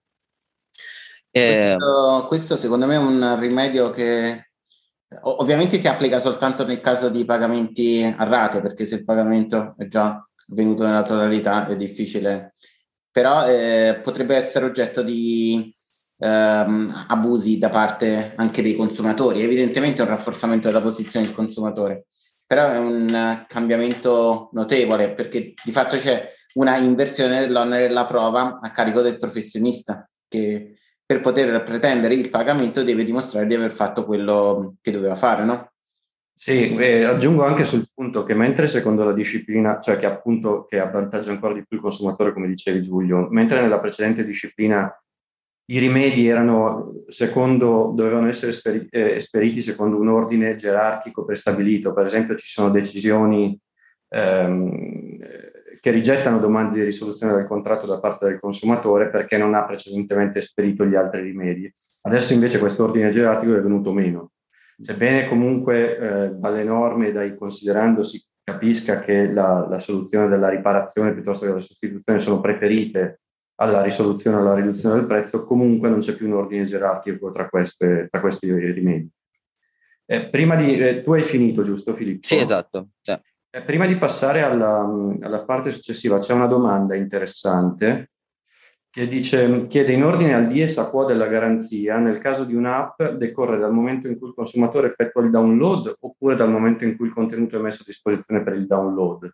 Questo, questo secondo me è un rimedio che ovviamente si applica soltanto nel caso di pagamenti a rate, perché se il pagamento è già avvenuto nella totalità è difficile, però eh, potrebbe essere oggetto di ehm, abusi da parte anche dei consumatori. Evidentemente è un rafforzamento della posizione del consumatore, però è un cambiamento notevole, perché di fatto c'è una inversione dell'onere della prova a carico del professionista, che per poter pretendere il pagamento deve dimostrare di aver fatto quello che doveva fare, no? Sì, eh, aggiungo anche sul punto che mentre secondo la disciplina, cioè che appunto che avvantaggia ancora di più il consumatore, come dicevi Giulio, mentre nella precedente disciplina i rimedi erano secondo, dovevano essere esperi, eh, esperiti secondo un ordine gerarchico prestabilito. Per esempio ci sono decisioni ehm, che rigettano domande di risoluzione del contratto da parte del consumatore perché non ha precedentemente esperito gli altri rimedi. Adesso invece questo ordine gerarchico è venuto meno. Sebbene comunque eh, dalle norme, dai considerando si capisca che la, la soluzione della riparazione piuttosto che della sostituzione sono preferite alla risoluzione o alla riduzione del prezzo, comunque non c'è più un ordine gerarchico tra, queste, tra questi rimedi. Eh, prima di, eh, tu hai finito, giusto Filippo? Sì, esatto. Sì. Eh, prima di passare alla, alla parte successiva, c'è una domanda interessante che dice, chiede in ordine al dies a quo della garanzia, nel caso di un'app decorre dal momento in cui il consumatore effettua il download oppure dal momento in cui il contenuto è messo a disposizione per il download.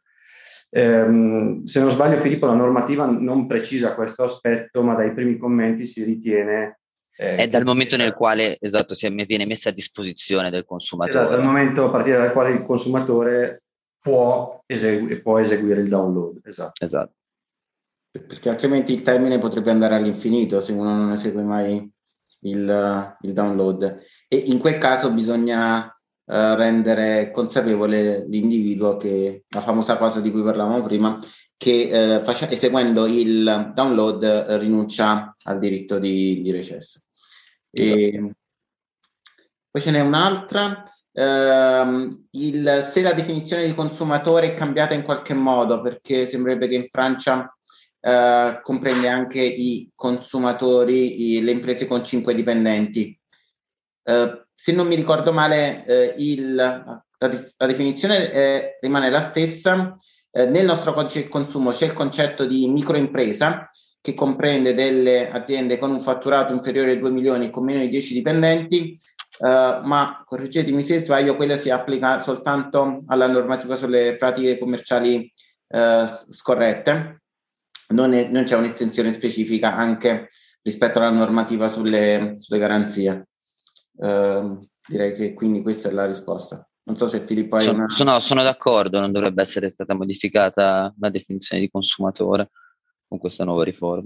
Eh, se non sbaglio Filippo, la normativa non precisa questo aspetto, ma dai primi commenti si ritiene eh, è dal momento nel quale esatto si viene messa a disposizione del consumatore. Esatto, dal momento a partire dal quale il consumatore può, esegu- può eseguire il download. Esatto. Esatto. Perché altrimenti il termine potrebbe andare all'infinito se uno non esegue mai il, il download, e in quel caso bisogna uh, rendere consapevole l'individuo che la famosa cosa di cui parlavamo prima, che uh, face- eseguendo il download uh, rinuncia al diritto di, di recesso. Esatto. E poi ce n'è un'altra. Uh, il, se la definizione di consumatore è cambiata in qualche modo, perché sembrerebbe che in Francia Uh, comprende anche i consumatori, i, le imprese con cinque dipendenti. Uh, se non mi ricordo male, uh, il, la, la definizione eh, rimane la stessa. Uh, nel nostro codice del consumo c'è il concetto di microimpresa, che comprende delle aziende con un fatturato inferiore ai due milioni e con meno di dieci dipendenti, eh, ma correggetemi se sbaglio, quella si applica soltanto alla normativa sulle pratiche commerciali eh, scorrette, non, è, non c'è un'estensione specifica anche rispetto alla normativa sulle, sulle garanzie. Eh, direi che quindi questa è la risposta. Non so se Filippo hai Sono, una... sono, sono d'accordo, non dovrebbe essere stata modificata la definizione di consumatore con questa nuova riforma.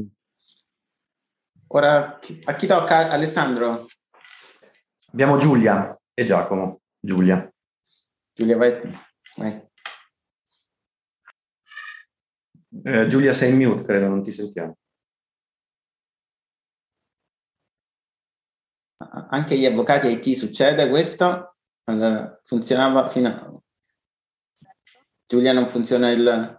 Ora a chi tocca? Alessandro? Abbiamo Giulia e Giacomo. Giulia. Giulia, vai. vai. Eh, Giulia, sei in mute, credo, non ti sentiamo. Anche gli avvocati I T succede questo? Allora, funzionava fino a... Giulia, non funziona il...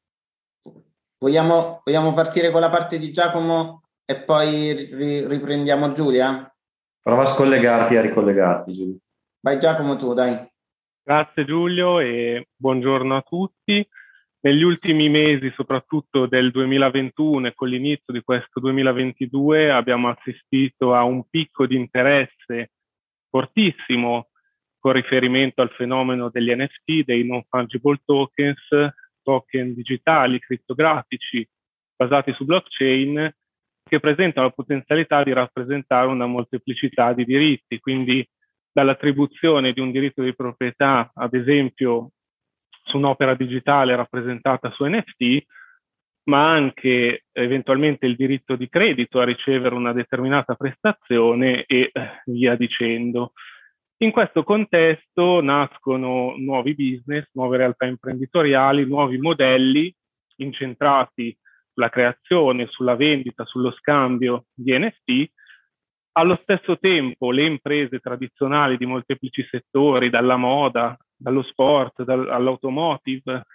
Vogliamo, vogliamo partire con la parte di Giacomo e poi ri, riprendiamo Giulia? Prova a scollegarti e a ricollegarti, Giulia. Vai Giacomo tu, dai. Grazie Giulio e buongiorno a tutti. Negli ultimi mesi, soprattutto del duemilaventuno e con l'inizio di questo duemilaventidue, abbiamo assistito a un picco di interesse fortissimo con riferimento al fenomeno degli N F T, dei non fungible tokens, token digitali, criptografici, basati su blockchain, che presentano la potenzialità di rappresentare una molteplicità di diritti, quindi dall'attribuzione di un diritto di proprietà, ad esempio, su un'opera digitale rappresentata su N F T, ma anche eventualmente il diritto di credito a ricevere una determinata prestazione e via dicendo. In questo contesto nascono nuovi business, nuove realtà imprenditoriali, nuovi modelli incentrati sulla creazione, sulla vendita, sullo scambio di N F T. Allo stesso tempo le imprese tradizionali di molteplici settori, dalla moda, dallo sport, dal, all'automotive,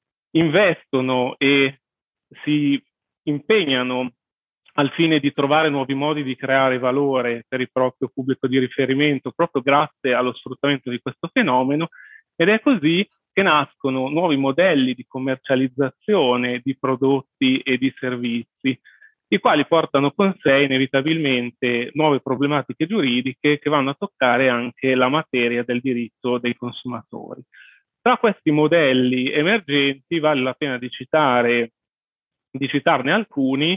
investono e si impegnano al fine di trovare nuovi modi di creare valore per il proprio pubblico di riferimento, proprio grazie allo sfruttamento di questo fenomeno, ed è così che nascono nuovi modelli di commercializzazione di prodotti e di servizi, i quali portano con sé inevitabilmente nuove problematiche giuridiche che vanno a toccare anche la materia del diritto dei consumatori. Tra questi modelli emergenti vale la pena di citare, di citarne alcuni,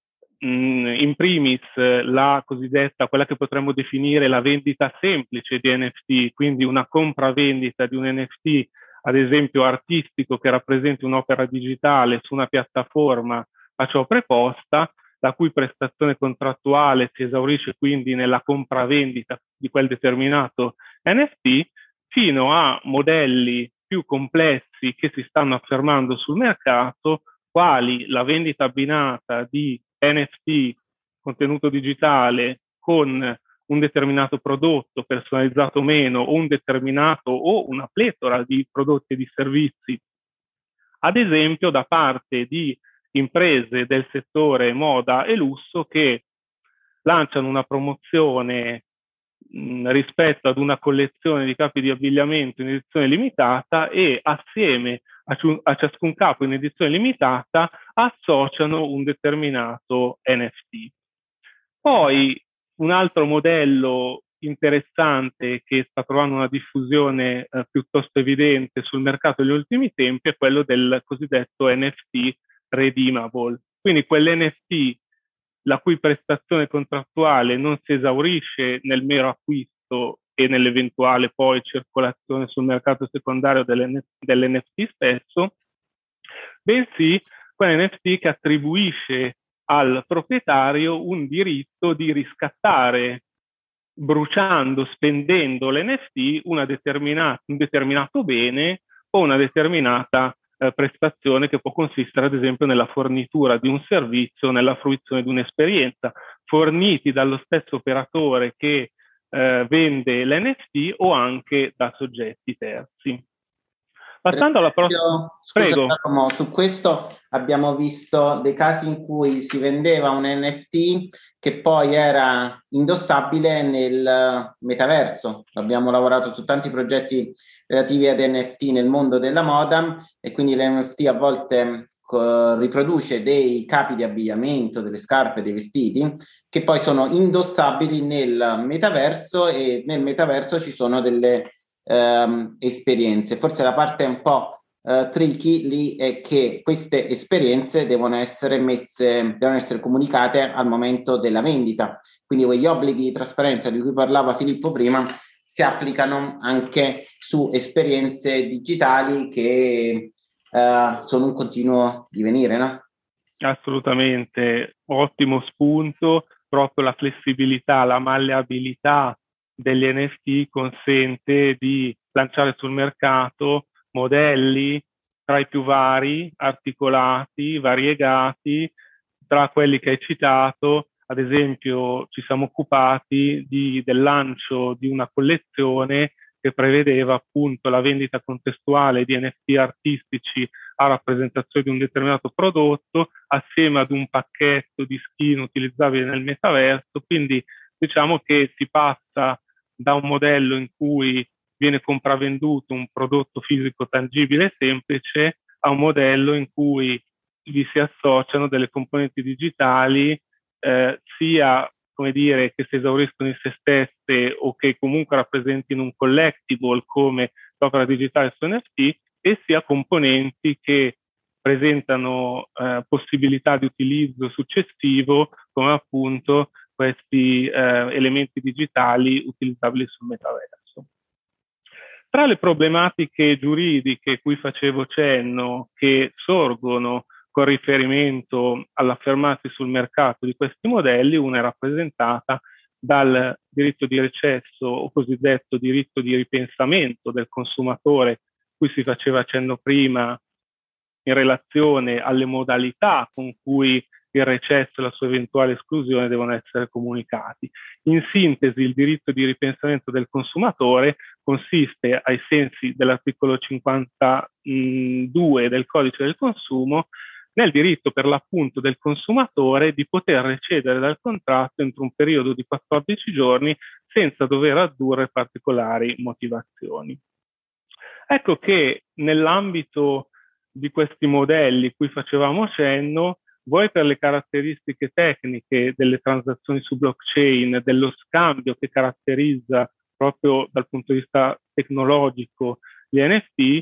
mh, in primis la cosiddetta, quella che potremmo definire la vendita semplice di N F T, quindi una compravendita di un N F T, ad esempio artistico, che rappresenti un'opera digitale su una piattaforma a ciò preposta, la cui prestazione contrattuale si esaurisce quindi nella compravendita di quel determinato N F T, fino a modelli più complessi che si stanno affermando sul mercato, quali la vendita abbinata di N F T, contenuto digitale, con un determinato prodotto personalizzato o meno, o un determinato o una pletora di prodotti e di servizi, ad esempio da parte di imprese del settore moda e lusso che lanciano una promozione mh, rispetto ad una collezione di capi di abbigliamento in edizione limitata e assieme a, ciu- a ciascun capo in edizione limitata associano un determinato N F T. Poi un altro modello interessante che sta trovando una diffusione eh, piuttosto evidente sul mercato negli ultimi tempi è quello del cosiddetto N F T redeemable, quindi quell'N F T la cui prestazione contrattuale non si esaurisce nel mero acquisto e nell'eventuale poi circolazione sul mercato secondario dell'N F T stesso, bensì quell'N F T che attribuisce al proprietario un diritto di riscattare, bruciando, spendendo l'N F T, una determinata, un determinato bene o una determinata eh, prestazione che può consistere ad esempio nella fornitura di un servizio, nella fruizione di un'esperienza, forniti dallo stesso operatore che eh, vende l'N F T o anche da soggetti terzi. Passando alla prossima, prego. Giacomo, su questo abbiamo visto dei casi in cui si vendeva un N F T che poi era indossabile nel metaverso. Abbiamo lavorato su tanti progetti relativi ad N F T nel mondo della moda e quindi l'N F T a volte uh, riproduce dei capi di abbigliamento, delle scarpe, dei vestiti che poi sono indossabili nel metaverso, e nel metaverso ci sono delle um, esperienze. Forse la parte un po' uh, tricky lì è che queste esperienze devono essere messe, devono essere comunicate al momento della vendita. Quindi quegli obblighi di trasparenza di cui parlava Filippo prima si applicano anche su esperienze digitali che uh, sono un continuo divenire, no? Assolutamente, ottimo spunto. Proprio la flessibilità, la malleabilità degli N F T consente di lanciare sul mercato modelli tra i più vari, articolati, variegati, tra quelli che hai citato. Ad esempio, ci siamo occupati di, del lancio di una collezione che prevedeva appunto la vendita contestuale di N F T artistici a rappresentazione di un determinato prodotto, assieme ad un pacchetto di skin utilizzabili nel metaverso. Quindi diciamo che si passa da un modello in cui viene compravenduto un prodotto fisico tangibile e semplice a un modello in cui vi si associano delle componenti digitali eh, sia, come dire, che si esauriscono in se stesse o che comunque rappresentino un collectible come l'opera digitale su N F T, e sia componenti che presentano eh, possibilità di utilizzo successivo, come appunto questi eh, elementi digitali utilizzabili sul metaverso. Tra le problematiche giuridiche cui facevo cenno, che sorgono con riferimento all'affermarsi sul mercato di questi modelli, una è rappresentata dal diritto di recesso o cosiddetto diritto di ripensamento del consumatore, cui si faceva cenno prima in relazione alle modalità con cui il recesso e la sua eventuale esclusione devono essere comunicati. In sintesi, il diritto di ripensamento del consumatore consiste, ai sensi dell'articolo cinquantadue del Codice del Consumo, nel diritto per l'appunto del consumatore di poter recedere dal contratto entro un periodo di quattordici giorni senza dover addurre particolari motivazioni. Ecco che nell'ambito di questi modelli cui facevamo cenno, vuoi per le caratteristiche tecniche delle transazioni su blockchain, dello scambio che caratterizza proprio dal punto di vista tecnologico gli N F T,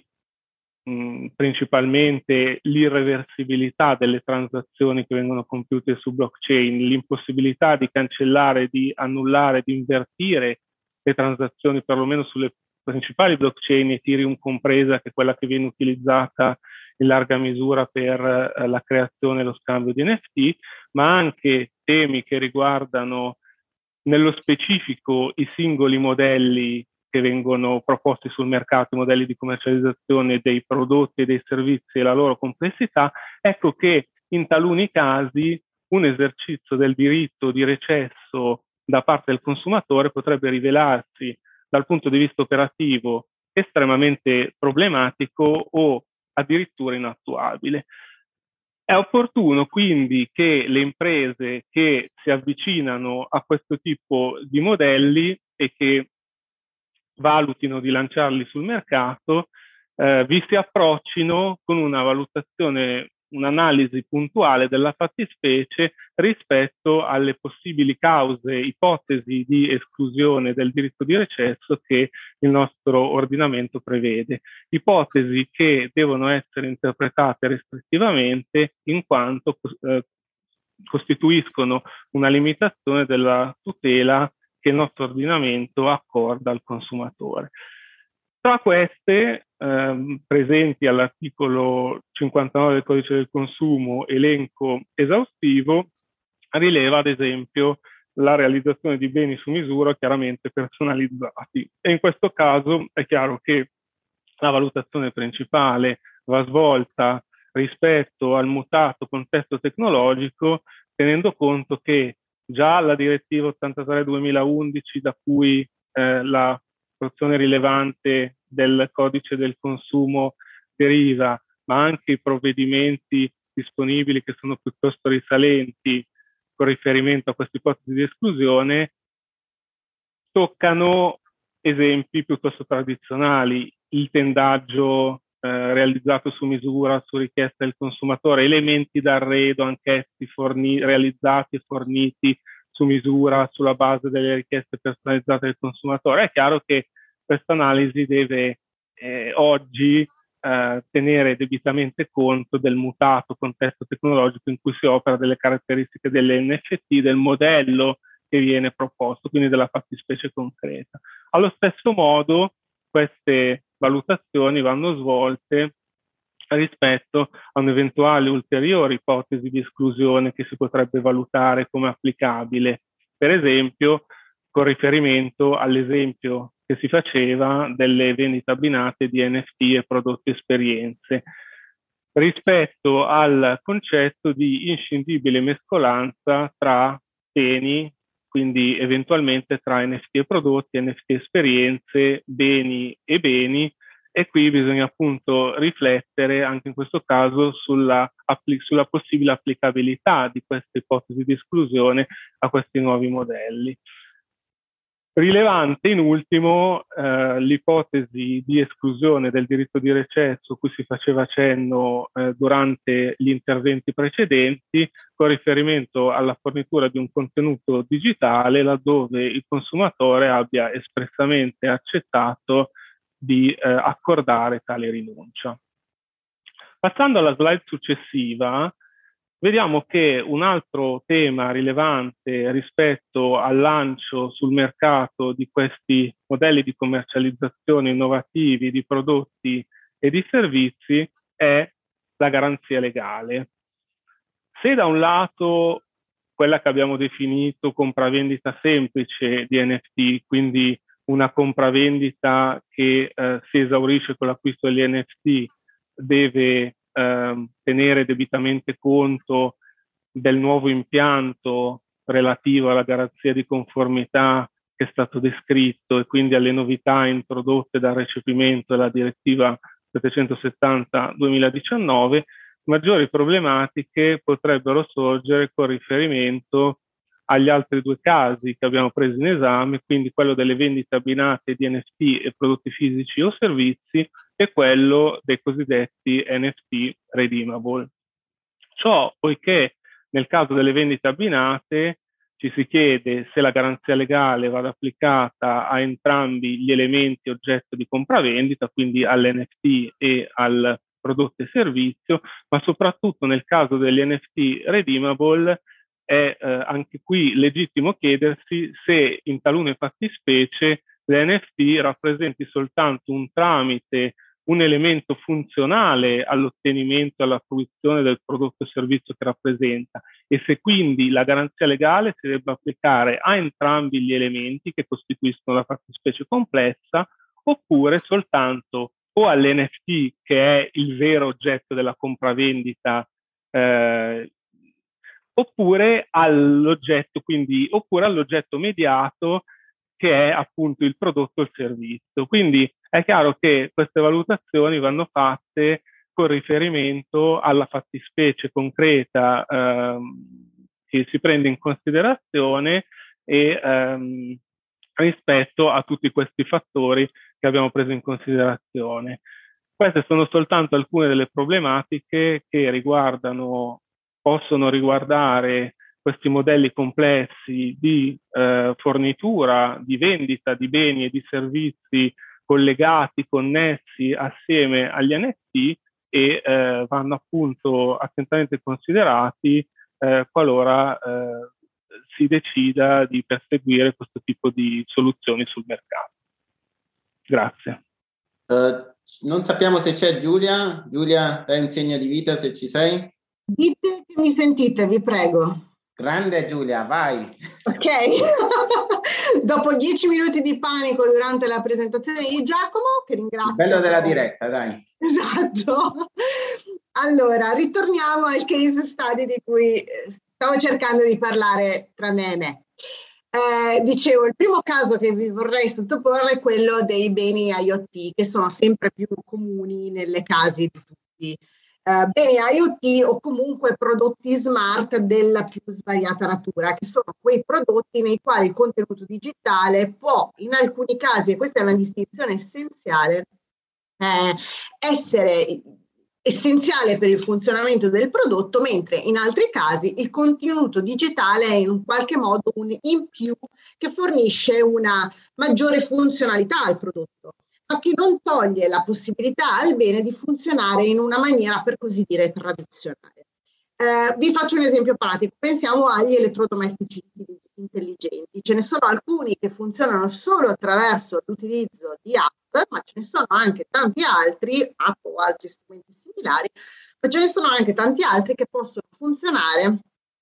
mh, principalmente l'irreversibilità delle transazioni che vengono compiute su blockchain, l'impossibilità di cancellare, di annullare, di invertire le transazioni perlomeno sulle principali blockchain, Ethereum compresa, che è quella che viene utilizzata in larga misura per eh, la creazione e lo scambio di N F T, ma anche temi che riguardano nello specifico i singoli modelli che vengono proposti sul mercato, i modelli di commercializzazione dei prodotti e dei servizi e la loro complessità. Ecco che in taluni casi un esercizio del diritto di recesso da parte del consumatore potrebbe rivelarsi dal punto di vista operativo estremamente problematico o addirittura inattuabile. È opportuno quindi che le imprese che si avvicinano a questo tipo di modelli e che valutino di lanciarli sul mercato eh, vi si approccino con una valutazione, un'analisi puntuale della fattispecie rispetto alle possibili cause, ipotesi di esclusione del diritto di recesso che il nostro ordinamento prevede. Ipotesi che devono essere interpretate restrittivamente in quanto eh, costituiscono una limitazione della tutela che il nostro ordinamento accorda al consumatore. Tra queste, ehm, presenti all'articolo cinquantanove del Codice del Consumo, elenco esaustivo, rileva ad esempio la realizzazione di beni su misura chiaramente personalizzati. E in questo caso è chiaro che la valutazione principale va svolta rispetto al mutato contesto tecnologico, tenendo conto che già la direttiva ottantatré duemilaundici, da cui eh, la porzione rilevante del codice del consumo deriva, ma anche i provvedimenti disponibili che sono piuttosto risalenti con riferimento a questa ipotesi di esclusione, toccano esempi piuttosto tradizionali, il tendaggio eh, realizzato su misura, su richiesta del consumatore, elementi d'arredo anch'essi forni- realizzati e forniti su misura sulla base delle richieste personalizzate del consumatore. È chiaro che questa analisi deve eh, oggi eh, tenere debitamente conto del mutato contesto tecnologico in cui si opera, delle caratteristiche delle N F T, del modello che viene proposto, quindi della fattispecie concreta. Allo stesso modo, queste valutazioni vanno svolte rispetto a un'eventuale ulteriore ipotesi di esclusione che si potrebbe valutare come applicabile, per esempio con riferimento all'esempio che si faceva delle vendite abbinate di N F T e prodotti esperienze, rispetto al concetto di inscindibile mescolanza tra beni, quindi eventualmente tra N F T e prodotti, N F T esperienze, beni e beni, e qui bisogna appunto riflettere anche in questo caso sulla, sulla possibile applicabilità di queste ipotesi di esclusione a questi nuovi modelli. Rilevante in ultimo eh, l'ipotesi di esclusione del diritto di recesso cui si faceva cenno eh, durante gli interventi precedenti con riferimento alla fornitura di un contenuto digitale laddove il consumatore abbia espressamente accettato di eh, accordare tale rinuncia. Passando alla slide successiva, vediamo che un altro tema rilevante rispetto al lancio sul mercato di questi modelli di commercializzazione innovativi di prodotti e di servizi è la garanzia legale. Se da un lato quella che abbiamo definito compravendita semplice di N F T, quindi una compravendita che eh, si esaurisce con l'acquisto degli N F T, deve eh, tenere debitamente conto del nuovo impianto relativo alla garanzia di conformità che è stato descritto e quindi alle novità introdotte dal recepimento della direttiva settecentosettanta duemiladiciannove, maggiori problematiche potrebbero sorgere con riferimento agli altri due casi che abbiamo preso in esame, quindi quello delle vendite abbinate di N F T e prodotti fisici o servizi e quello dei cosiddetti N F T redeemable. Ciò poiché nel caso delle vendite abbinate ci si chiede se la garanzia legale vada applicata a entrambi gli elementi oggetto di compravendita, quindi all'N F T e al prodotto e servizio, ma soprattutto nel caso degli N F T redeemable è eh, anche qui legittimo chiedersi se in talune fattispecie l'N F T rappresenti soltanto un tramite, un elemento funzionale all'ottenimento e alla fruizione del prodotto o servizio che rappresenta e se quindi la garanzia legale si debba applicare a entrambi gli elementi che costituiscono la fattispecie complessa oppure soltanto o all'N F T che è il vero oggetto della compravendita eh, oppure all'oggetto, quindi oppure all'oggetto mediato che è appunto il prodotto o il servizio. Quindi è chiaro che queste valutazioni vanno fatte con riferimento alla fattispecie concreta ehm, che si prende in considerazione e ehm, rispetto a tutti questi fattori che abbiamo preso in considerazione. Queste sono soltanto alcune delle problematiche che riguardano possono riguardare questi modelli complessi di eh, fornitura, di vendita di beni e di servizi collegati, connessi assieme agli N F T e eh, vanno appunto attentamente considerati eh, qualora eh, si decida di perseguire questo tipo di soluzioni sul mercato. Grazie. Uh, non sappiamo se c'è Giulia. Giulia, dai un segno di vita se ci sei. Dite che mi sentite, vi prego. Grande Giulia, vai. Ok. Dopo dieci minuti di panico durante la presentazione di Giacomo, che ringrazio. Il bello della diretta, dai. Esatto. Allora, ritorniamo al case study di cui stavo cercando di parlare tra me e me. Eh, dicevo, il primo caso che vi vorrei sottoporre è quello dei beni IoT, che sono sempre più comuni nelle case di tutti. Uh, beni IoT o comunque prodotti smart della più svariata natura, che sono quei prodotti nei quali il contenuto digitale può, in alcuni casi, e questa è una distinzione essenziale, eh, essere essenziale per il funzionamento del prodotto, mentre in altri casi il contenuto digitale è in un qualche modo un in più che fornisce una maggiore funzionalità al prodotto, ma che non toglie la possibilità al bene di funzionare in una maniera, per così dire, tradizionale. Eh, vi faccio un esempio pratico, pensiamo agli elettrodomestici intelligenti. Ce ne sono alcuni che funzionano solo attraverso l'utilizzo di app, ma ce ne sono anche tanti altri, app o altri strumenti similari, ma ce ne sono anche tanti altri che possono funzionare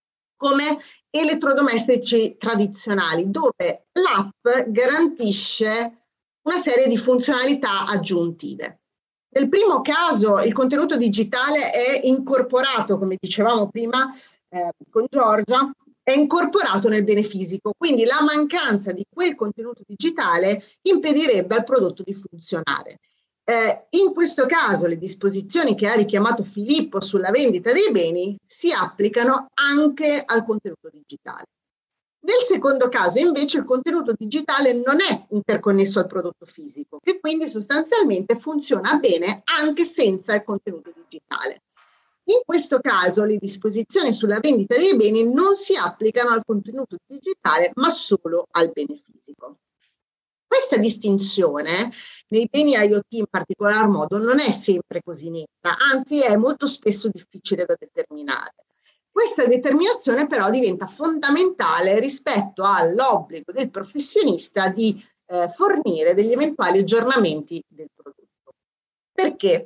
come elettrodomestici tradizionali, dove l'app garantisce una serie di funzionalità aggiuntive. Nel primo caso il contenuto digitale è incorporato, come dicevamo prima eh, con Giorgia, è incorporato nel bene fisico, quindi la mancanza di quel contenuto digitale impedirebbe al prodotto di funzionare. Eh, in questo caso le disposizioni che ha richiamato Filippo sulla vendita dei beni si applicano anche al contenuto digitale. Nel secondo caso invece il contenuto digitale non è interconnesso al prodotto fisico e quindi sostanzialmente funziona bene anche senza il contenuto digitale. In questo caso le disposizioni sulla vendita dei beni non si applicano al contenuto digitale ma solo al bene fisico. Questa distinzione nei beni IoT in particolar modo non è sempre così netta, anzi è molto spesso difficile da determinare. Questa determinazione però diventa fondamentale rispetto all'obbligo del professionista di eh, fornire degli eventuali aggiornamenti del prodotto. Perché?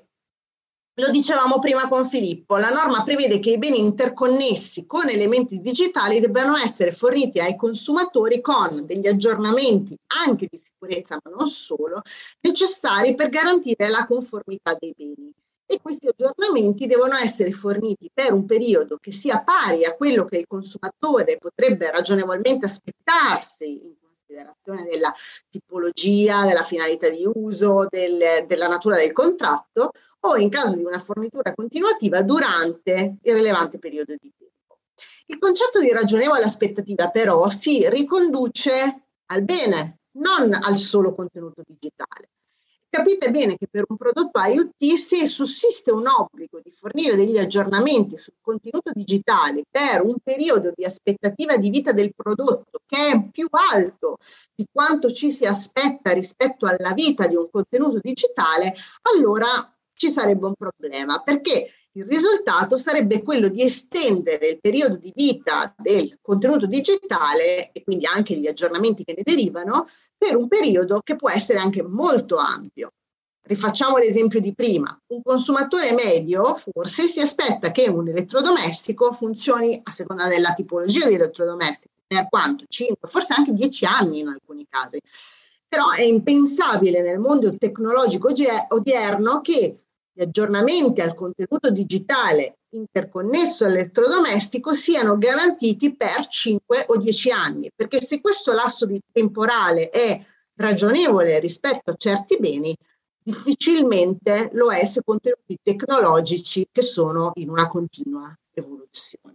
Lo dicevamo prima con Filippo, la norma prevede che i beni interconnessi con elementi digitali debbano essere forniti ai consumatori con degli aggiornamenti anche di sicurezza, ma non solo, necessari per garantire la conformità dei beni. E questi aggiornamenti devono essere forniti per un periodo che sia pari a quello che il consumatore potrebbe ragionevolmente aspettarsi in considerazione della tipologia, della finalità di uso, del, della natura del contratto o in caso di una fornitura continuativa durante il rilevante periodo di tempo. Il concetto di ragionevole aspettativa però si riconduce al bene, non al solo contenuto digitale. Capite bene che per un prodotto IoT, se sussiste un obbligo di fornire degli aggiornamenti sul contenuto digitale per un periodo di aspettativa di vita del prodotto che è più alto di quanto ci si aspetta rispetto alla vita di un contenuto digitale, allora ci sarebbe un problema, perché il risultato sarebbe quello di estendere il periodo di vita del contenuto digitale e quindi anche gli aggiornamenti che ne derivano per un periodo che può essere anche molto ampio. Rifacciamo l'esempio di prima. Un consumatore medio forse si aspetta che un elettrodomestico funzioni a seconda della tipologia di elettrodomestico, per quanto? cinque, forse anche dieci anni in alcuni casi. Però è impensabile nel mondo tecnologico odierno che gli aggiornamenti al contenuto digitale interconnesso all'elettrodomestico siano garantiti per cinque o dieci anni, perché se questo lasso di temporale è ragionevole rispetto a certi beni, difficilmente lo è se contenuti tecnologici che sono in una continua evoluzione.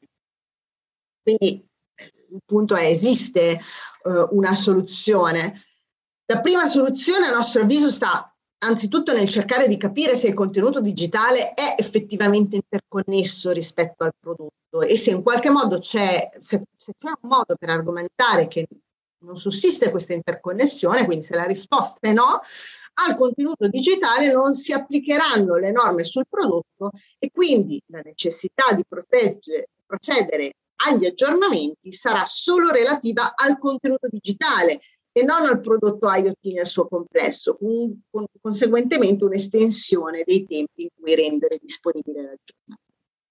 Quindi il punto è: esiste uh, una soluzione. La prima soluzione, a nostro avviso, sta anzitutto nel cercare di capire se il contenuto digitale è effettivamente interconnesso rispetto al prodotto e se in qualche modo c'è, se, se c'è un modo per argomentare che non sussiste questa interconnessione, quindi se la risposta è no, al contenuto digitale non si applicheranno le norme sul prodotto e quindi la necessità di proteggere, procedere agli aggiornamenti sarà solo relativa al contenuto digitale e non al prodotto IoT nel suo complesso, con, con conseguentemente un'estensione dei tempi in cui rendere disponibile l'aggiornamento.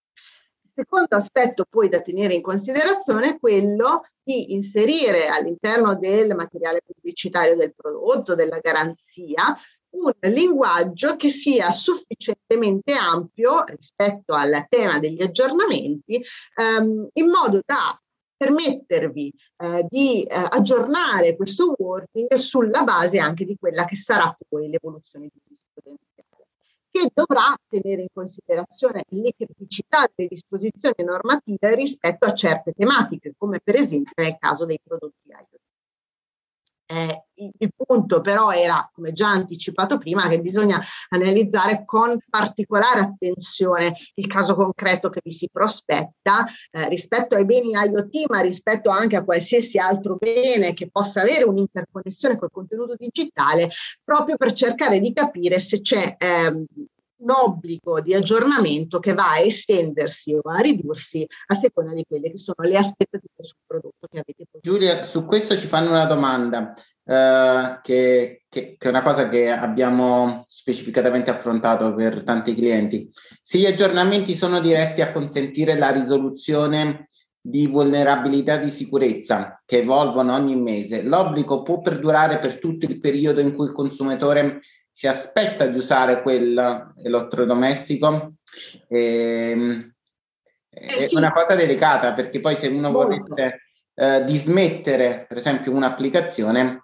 Il secondo aspetto poi da tenere in considerazione è quello di inserire all'interno del materiale pubblicitario del prodotto, della garanzia, un linguaggio che sia sufficientemente ampio rispetto al tema degli aggiornamenti, ehm, in modo da permettervi eh, di eh, aggiornare questo wording sulla base anche di quella che sarà poi l'evoluzione di giurisprudenziale, che dovrà tenere in considerazione le criticità delle disposizioni normative rispetto a certe tematiche, come per esempio nel caso dei prodotti IoT. Eh, il punto però era, come già anticipato prima, che bisogna analizzare con particolare attenzione il caso concreto che vi si prospetta eh, rispetto ai beni IoT, ma rispetto anche a qualsiasi altro bene che possa avere un'interconnessione col contenuto digitale, proprio per cercare di capire se c'è ehm, un obbligo di aggiornamento che va a estendersi o a ridursi a seconda di quelle che sono le aspettative sul prodotto che avete prodotto. Giulia, su questo ci fanno una domanda eh, che, che, che è una cosa che abbiamo specificatamente affrontato per tanti clienti. Se gli aggiornamenti sono diretti a consentire la risoluzione di vulnerabilità di sicurezza che evolvono ogni mese, l'obbligo può perdurare per tutto il periodo in cui il consumatore si aspetta di usare quell'elettrodomestico? Eh, Eh, è sì. una cosa delicata, perché poi se uno Molto. volesse eh, dismettere per esempio un'applicazione,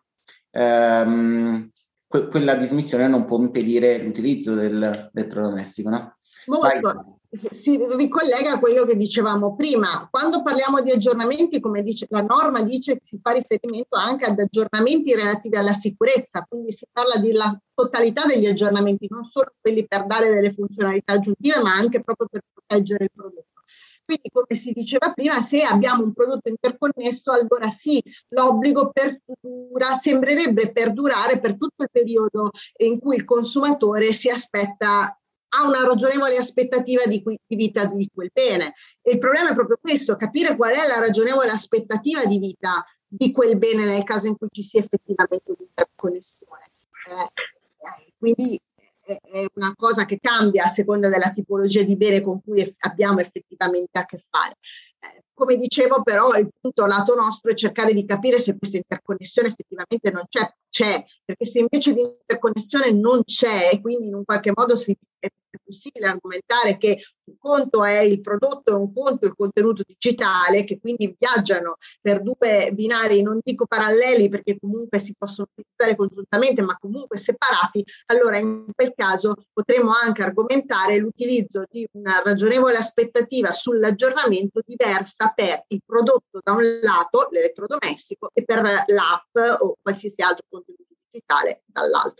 ehm, que- quella dismissione non può impedire l'utilizzo dell'elettrodomestico, no? Molto. Si ricollega a quello che dicevamo prima. Quando parliamo di aggiornamenti, come dice la norma, dice che si fa riferimento anche ad aggiornamenti relativi alla sicurezza, quindi si parla della totalità degli aggiornamenti, non solo quelli per dare delle funzionalità aggiuntive, ma anche proprio per proteggere il prodotto. Quindi, come si diceva prima, se abbiamo un prodotto interconnesso, allora sì, l'obbligo perdura, sembrerebbe perdurare per tutto il periodo in cui il consumatore si aspetta, ha una ragionevole aspettativa di, qui, di vita di quel bene. E il problema è proprio questo, capire qual è la ragionevole aspettativa di vita di quel bene nel caso in cui ci sia effettivamente un'interconnessione. Eh, quindi è una cosa che cambia a seconda della tipologia di bene con cui abbiamo effettivamente a che fare. Eh, come dicevo, però, il punto lato nostro è cercare di capire se questa interconnessione effettivamente non c'è, c'è, perché se invece l'interconnessione non c'è e quindi in un qualche modo si, è possibile argomentare che un conto è il prodotto e un conto è il contenuto digitale, che quindi viaggiano per due binari, non dico paralleli perché comunque si possono utilizzare congiuntamente, ma comunque separati, allora in quel caso potremmo anche argomentare l'utilizzo di una ragionevole aspettativa sull'aggiornamento diversa per il prodotto da un lato, l'elettrodomestico, e per l'app o qualsiasi altro contenuto digitale dall'altro.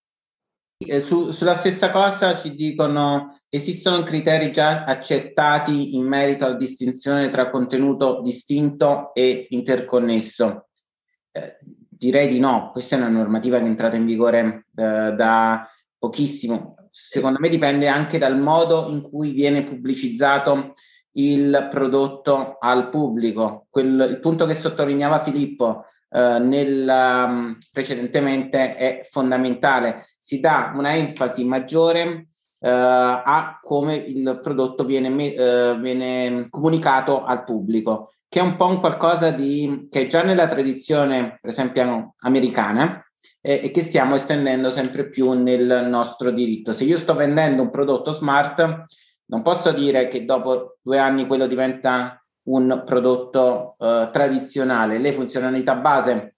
Su, sulla stessa cosa ci dicono: esistono criteri già accettati in merito alla distinzione tra contenuto distinto e interconnesso? Eh, direi di no, questa è una normativa che è entrata in vigore eh, da pochissimo. Secondo me dipende anche dal modo in cui viene pubblicizzato il prodotto al pubblico. Quel, il punto che sottolineava Filippo Uh, nel, um, precedentemente è fondamentale, si dà una enfasi maggiore uh, a come il prodotto viene, uh, viene comunicato al pubblico, che è un po' un qualcosa di, che è già nella tradizione per esempio americana eh, e che stiamo estendendo sempre più nel nostro diritto. Se io sto vendendo un prodotto smart, non posso dire che dopo due anni quello diventa un prodotto eh, tradizionale. Le funzionalità base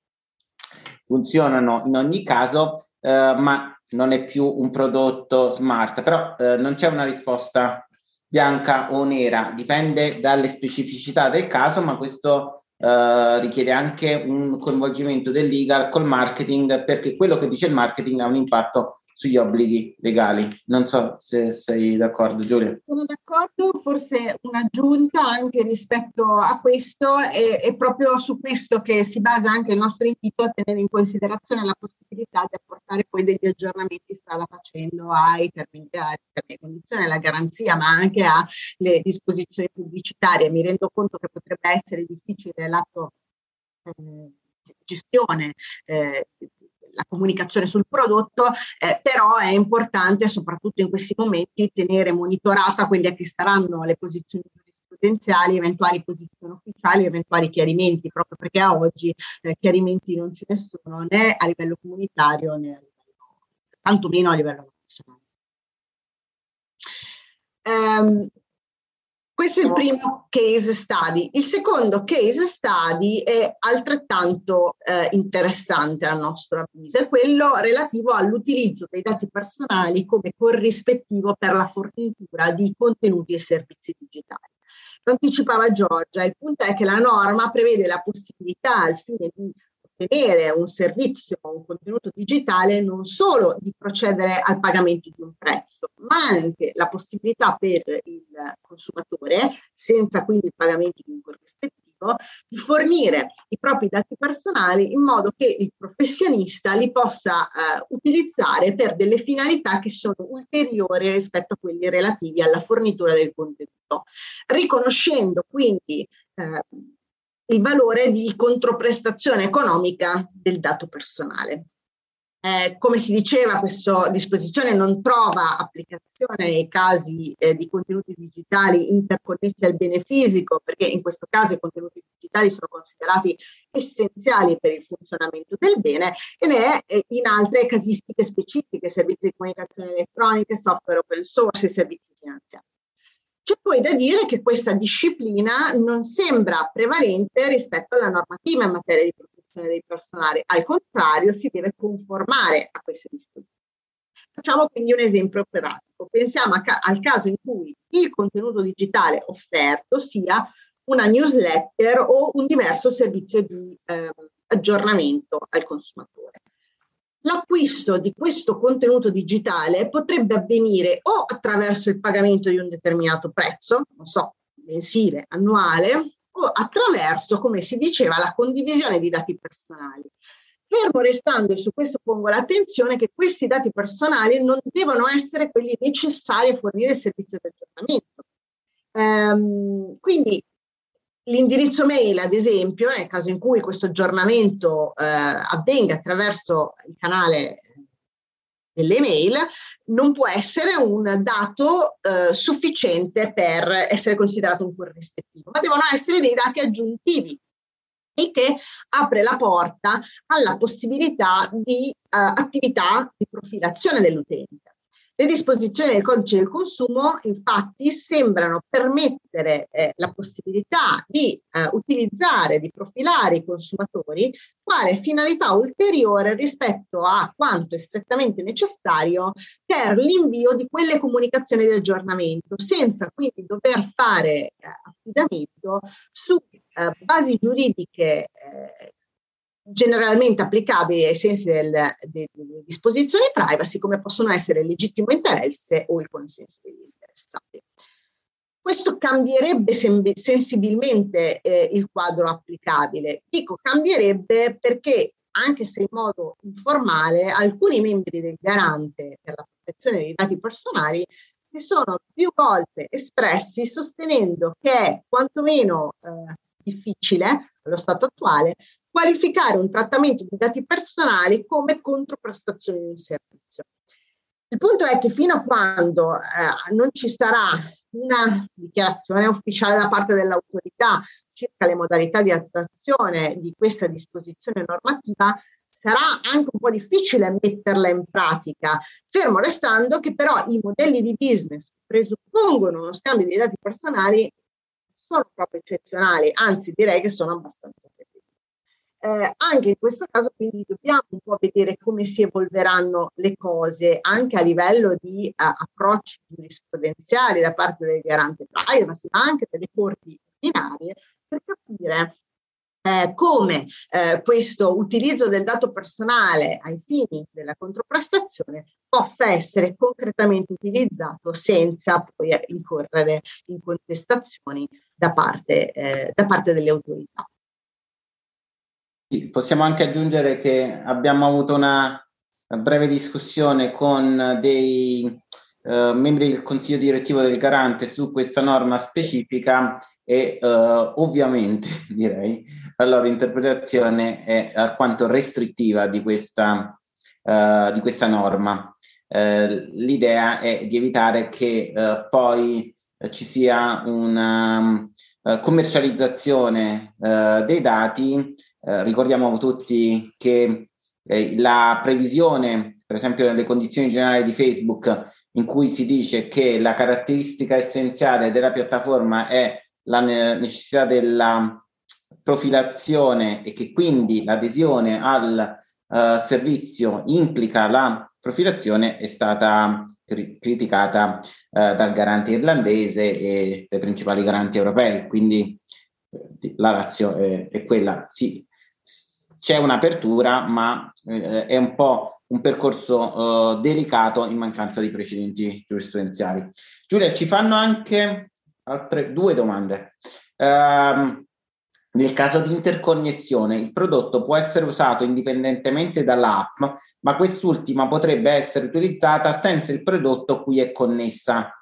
funzionano in ogni caso, eh, ma non è più un prodotto smart. Però eh, non c'è una risposta bianca o nera, dipende dalle specificità del caso, ma questo eh, richiede anche un coinvolgimento del legal col marketing, perché quello che dice il marketing ha un impatto sugli obblighi legali. Non so se sei d'accordo, Giulia. Sono d'accordo, forse un'aggiunta anche rispetto a questo è, è proprio su questo che si basa anche il nostro invito a tenere in considerazione la possibilità di apportare poi degli aggiornamenti strada facendo ai termini, ai termini e condizioni, alla garanzia, ma anche alle disposizioni pubblicitarie. Mi rendo conto che potrebbe essere difficile l'atto eh, gestione eh, la comunicazione sul prodotto, eh, però è importante soprattutto in questi momenti tenere monitorata quelle che saranno le posizioni giurisprudenziali, eventuali posizioni ufficiali, eventuali chiarimenti, proprio perché a oggi eh, chiarimenti non ce ne sono né a livello comunitario né a livello, tantomeno a livello nazionale. Um, Questo è il primo case study. Il secondo case study è altrettanto eh, interessante a nostro avviso, è quello relativo all'utilizzo dei dati personali come corrispettivo per la fornitura di contenuti e servizi digitali. Lo anticipava Giorgia, il punto è che la norma prevede la possibilità al fine di ottenere un servizio o un contenuto digitale non solo di procedere al pagamento di un prezzo, ma anche la possibilità per il consumatore, senza quindi il pagamento di un corrispettivo, di fornire i propri dati personali in modo che il professionista li possa eh, utilizzare per delle finalità che sono ulteriori rispetto a quelli relativi alla fornitura del contenuto, riconoscendo quindi eh, il valore di controprestazione economica del dato personale. Eh, come si diceva, questa disposizione non trova applicazione nei casi eh, di contenuti digitali interconnessi al bene fisico, perché in questo caso i contenuti digitali sono considerati essenziali per il funzionamento del bene, e ne è eh, in altre casistiche specifiche, servizi di comunicazione elettronica, software open source e servizi finanziari. C'è poi da dire che questa disciplina non sembra prevalente rispetto alla normativa in materia di protezione dei personali, al contrario si deve conformare a queste disposizioni. Facciamo quindi un esempio pratico. Pensiamo ca- al caso in cui il contenuto digitale offerto sia una newsletter o un diverso servizio di eh, aggiornamento al consumatore. L'acquisto di questo contenuto digitale potrebbe avvenire o attraverso il pagamento di un determinato prezzo, non so, mensile, annuale, o attraverso, come si diceva, la condivisione di dati personali. Fermo restando, e su questo pongo l'attenzione, che questi dati personali non devono essere quelli necessari a fornire il servizio di aggiornamento. Ehm, quindi l'indirizzo mail, ad esempio, nel caso in cui questo aggiornamento eh, avvenga attraverso il canale delle mail, non può essere un dato eh, sufficiente per essere considerato un corrispettivo, ma devono essere dei dati aggiuntivi, il che apre la porta alla possibilità di eh, attività di profilazione dell'utente. Le disposizioni del codice del consumo infatti sembrano permettere eh, la possibilità di eh, utilizzare, di profilare i consumatori quale finalità ulteriore rispetto a quanto è strettamente necessario per l'invio di quelle comunicazioni di aggiornamento, senza quindi dover fare eh, affidamento su eh, basi giuridiche eh, generalmente applicabili ai sensi del, delle disposizioni privacy, come possono essere il legittimo interesse o il consenso degli interessati. Questo cambierebbe sem- sensibilmente eh, il quadro applicabile. Dico cambierebbe perché, anche se in modo informale, alcuni membri del Garante per la protezione dei dati personali si sono più volte espressi sostenendo che è quantomeno eh, difficile, allo stato attuale, qualificare un trattamento di dati personali come controprestazione di un servizio. Il punto è che fino a quando eh, non ci sarà una dichiarazione ufficiale da parte dell'autorità circa le modalità di attuazione di questa disposizione normativa, sarà anche un po' difficile metterla in pratica, fermo restando che però i modelli di business che presuppongono uno scambio di dati personali sono proprio eccezionali, anzi direi che sono abbastanza frequenti. Eh, anche in questo caso quindi dobbiamo un po' vedere come si evolveranno le cose anche a livello di uh, approcci giurisprudenziali da parte del garante privacy, ma anche delle corti ordinarie, per capire eh, come eh, questo utilizzo del dato personale ai fini della controprestazione possa essere concretamente utilizzato senza poi incorrere in contestazioni da parte, eh, da parte delle autorità. Possiamo anche aggiungere che abbiamo avuto una breve discussione con dei eh, membri del Consiglio direttivo del Garante su questa norma specifica e eh, ovviamente direi la loro interpretazione è alquanto restrittiva di questa, eh, di questa norma. Eh, l'idea è di evitare che eh, poi eh, ci sia una uh, commercializzazione uh, dei dati. Eh, ricordiamo tutti che eh, la previsione, per esempio nelle condizioni generali di Facebook, in cui si dice che la caratteristica essenziale della piattaforma è la ne- necessità della profilazione e che quindi l'adesione al uh, servizio implica la profilazione, è stata cri- criticata uh, dal garante irlandese e dai principali garanti europei. Quindi eh, la ratio è, è quella, sì. c'è un'apertura, ma eh, è un po' un percorso eh, delicato in mancanza di precedenti giurisprudenziali. Giulia, ci fanno anche altre due domande. Um, nel caso di interconnessione, il prodotto può essere usato indipendentemente dall'app, ma quest'ultima potrebbe essere utilizzata senza il prodotto cui è connessa.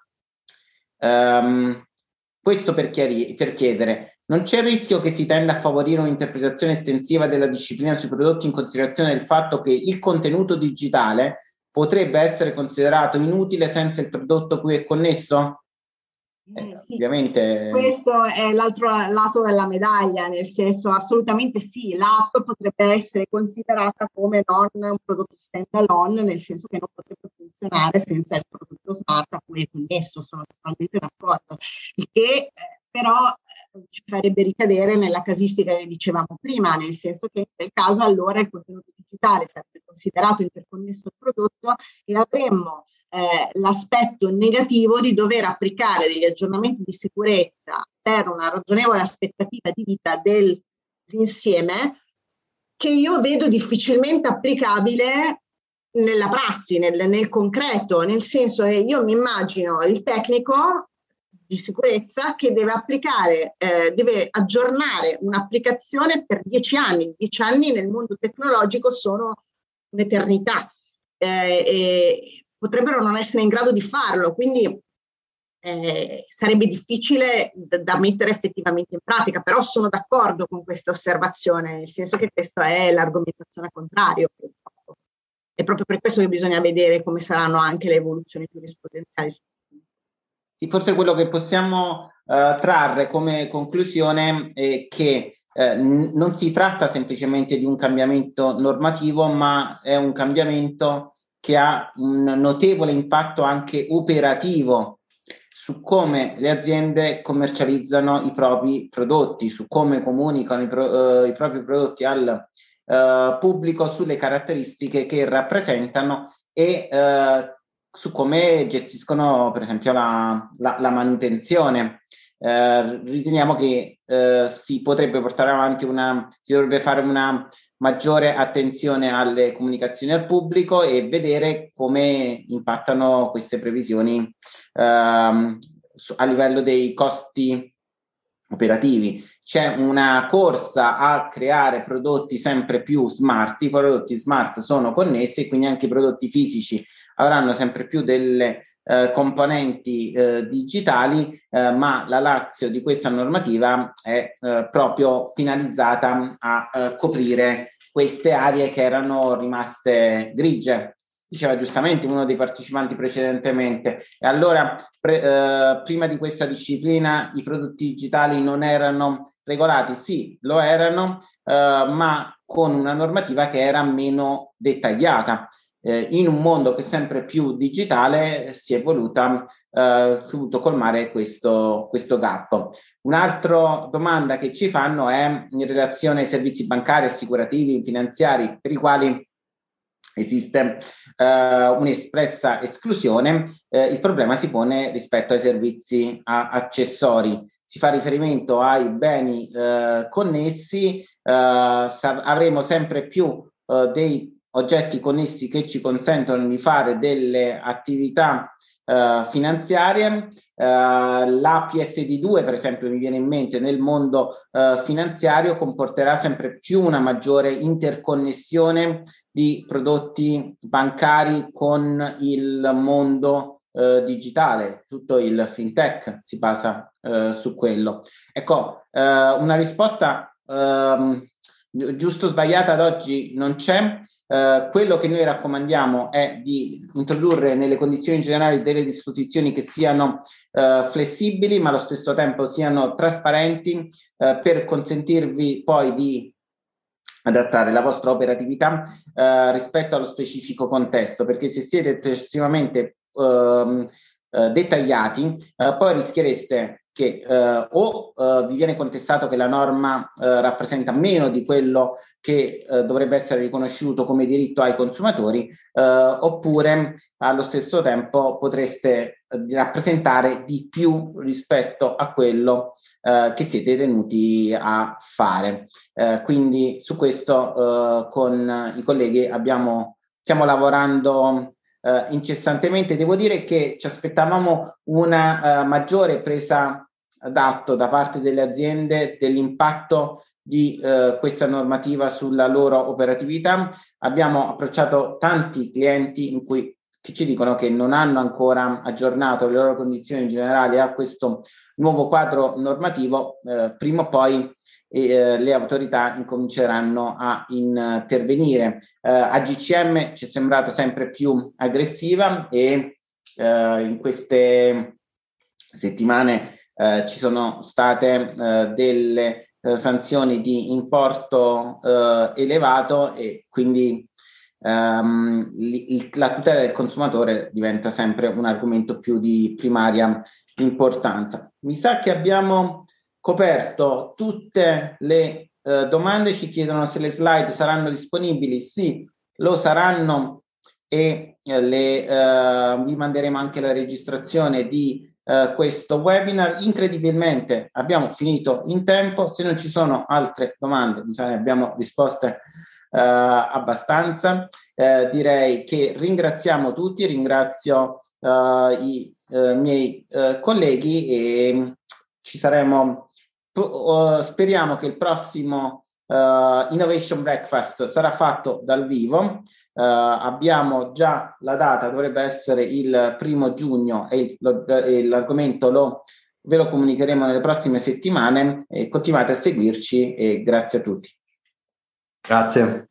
Um, questo per, chiari- per chiedere, non c'è il rischio che si tenda a favorire un'interpretazione estensiva della disciplina sui prodotti in considerazione del fatto che il contenuto digitale potrebbe essere considerato inutile senza il prodotto cui è connesso? Eh, sì. Ovviamente. Questo è l'altro lato della medaglia, nel senso assolutamente sì, l'app potrebbe essere considerata come non un prodotto stand-alone, nel senso che non potrebbe funzionare senza il prodotto smart a cui è connesso, sono totalmente d'accordo, il che eh, però eh, ci farebbe ricadere nella casistica che dicevamo prima, nel senso che in quel caso allora il contenuto digitale sarebbe considerato interconnesso al prodotto e avremmo Eh, l'aspetto negativo di dover applicare degli aggiornamenti di sicurezza per una ragionevole aspettativa di vita dell'insieme che io vedo difficilmente applicabile nella prassi, nel, nel concreto, nel senso che io mi immagino il tecnico di sicurezza che deve applicare, eh, deve aggiornare un'applicazione per dieci anni. Dieci anni nel mondo tecnologico sono un'eternità. Eh, e potrebbero non essere in grado di farlo, quindi eh, sarebbe difficile d- da mettere effettivamente in pratica, però sono d'accordo con questa osservazione, nel senso che questa è l'argomentazione a contrario. È proprio per questo che bisogna vedere come saranno anche le evoluzioni giurisprudenziali. Sì, forse quello che possiamo uh, trarre come conclusione è che eh, n- non si tratta semplicemente di un cambiamento normativo, ma è un cambiamento che ha un notevole impatto anche operativo su come le aziende commercializzano i propri prodotti, su come comunicano i, pro, uh, i propri prodotti al uh, pubblico, sulle caratteristiche che rappresentano e uh, su come gestiscono per esempio la, la, la manutenzione. Uh, riteniamo che uh, si potrebbe portare avanti una, si dovrebbe fare una maggiore attenzione alle comunicazioni al pubblico e vedere come impattano queste previsioni ehm, a livello dei costi operativi. C'è una corsa a creare prodotti sempre più smart, i prodotti smart sono connessi e quindi anche i prodotti fisici avranno sempre più delle eh, componenti eh, digitali, eh, ma la ratio di questa normativa è eh, proprio finalizzata a eh, coprire queste aree che erano rimaste grigie. Diceva giustamente uno dei partecipanti precedentemente, e allora pre, eh, prima di questa disciplina i prodotti digitali non erano regolati? Sì, lo erano, eh, ma con una normativa che era meno dettagliata. Eh, in un mondo che è sempre più digitale si è voluta eh, voluto colmare questo, questo gap. Un'altra domanda che ci fanno è in relazione ai servizi bancari, assicurativi, finanziari, per i quali esiste eh, un'espressa esclusione. Eh, il problema si pone rispetto ai servizi a- accessori. Si fa riferimento ai beni eh, connessi, eh, sa- avremo sempre più eh, dei oggetti connessi che ci consentono di fare delle attività uh, finanziarie. Uh, la P S D due, per esempio, mi viene in mente, nel mondo uh, finanziario comporterà sempre più una maggiore interconnessione di prodotti bancari con il mondo uh, digitale, tutto il fintech si basa uh, su quello. Ecco, uh, una risposta uh, giusto o sbagliata ad oggi non c'è. Uh, quello che noi raccomandiamo è di introdurre nelle condizioni generali delle disposizioni che siano uh, flessibili ma allo stesso tempo siano trasparenti uh, per consentirvi poi di adattare la vostra operatività uh, rispetto allo specifico contesto, perché se siete eccessivamente uh, uh, dettagliati uh, poi rischiereste che eh, o eh, vi viene contestato che la norma eh, rappresenta meno di quello che eh, dovrebbe essere riconosciuto come diritto ai consumatori, eh, oppure allo stesso tempo potreste eh, rappresentare di più rispetto a quello eh, che siete tenuti a fare. Eh, quindi su questo eh, con i colleghi abbiamo, stiamo lavorando Uh, incessantemente. Devo dire che ci aspettavamo una uh, maggiore presa d'atto da parte delle aziende dell'impatto di uh, questa normativa sulla loro operatività. Abbiamo approcciato tanti clienti in cui che ci dicono che non hanno ancora aggiornato le loro condizioni generali a questo nuovo quadro normativo. Uh, prima o poi e, uh, le autorità incominceranno a intervenire. Uh, A G C M ci è sembrata sempre più aggressiva e uh, in queste settimane uh, ci sono state uh, delle uh, sanzioni di importo uh, elevato e quindi um, il, la tutela del consumatore diventa sempre un argomento più di primaria importanza. Mi sa che abbiamo coperto tutte le eh, domande. Ci chiedono se le slide saranno disponibili. Sì, lo saranno e eh, le, eh, vi manderemo anche la registrazione di eh, questo webinar. Incredibilmente abbiamo finito in tempo. Se non ci sono altre domande, mi sa che abbiamo risposte eh, abbastanza. Eh, direi che ringraziamo tutti, ringrazio eh, i eh, miei eh, colleghi e ci saremo. Uh, speriamo che il prossimo uh, Innovation Breakfast sarà fatto dal vivo. Uh, abbiamo già la data, dovrebbe essere il primo giugno e, il, lo, e l'argomento lo, ve lo comunicheremo nelle prossime settimane. E continuate a seguirci e grazie a tutti. Grazie.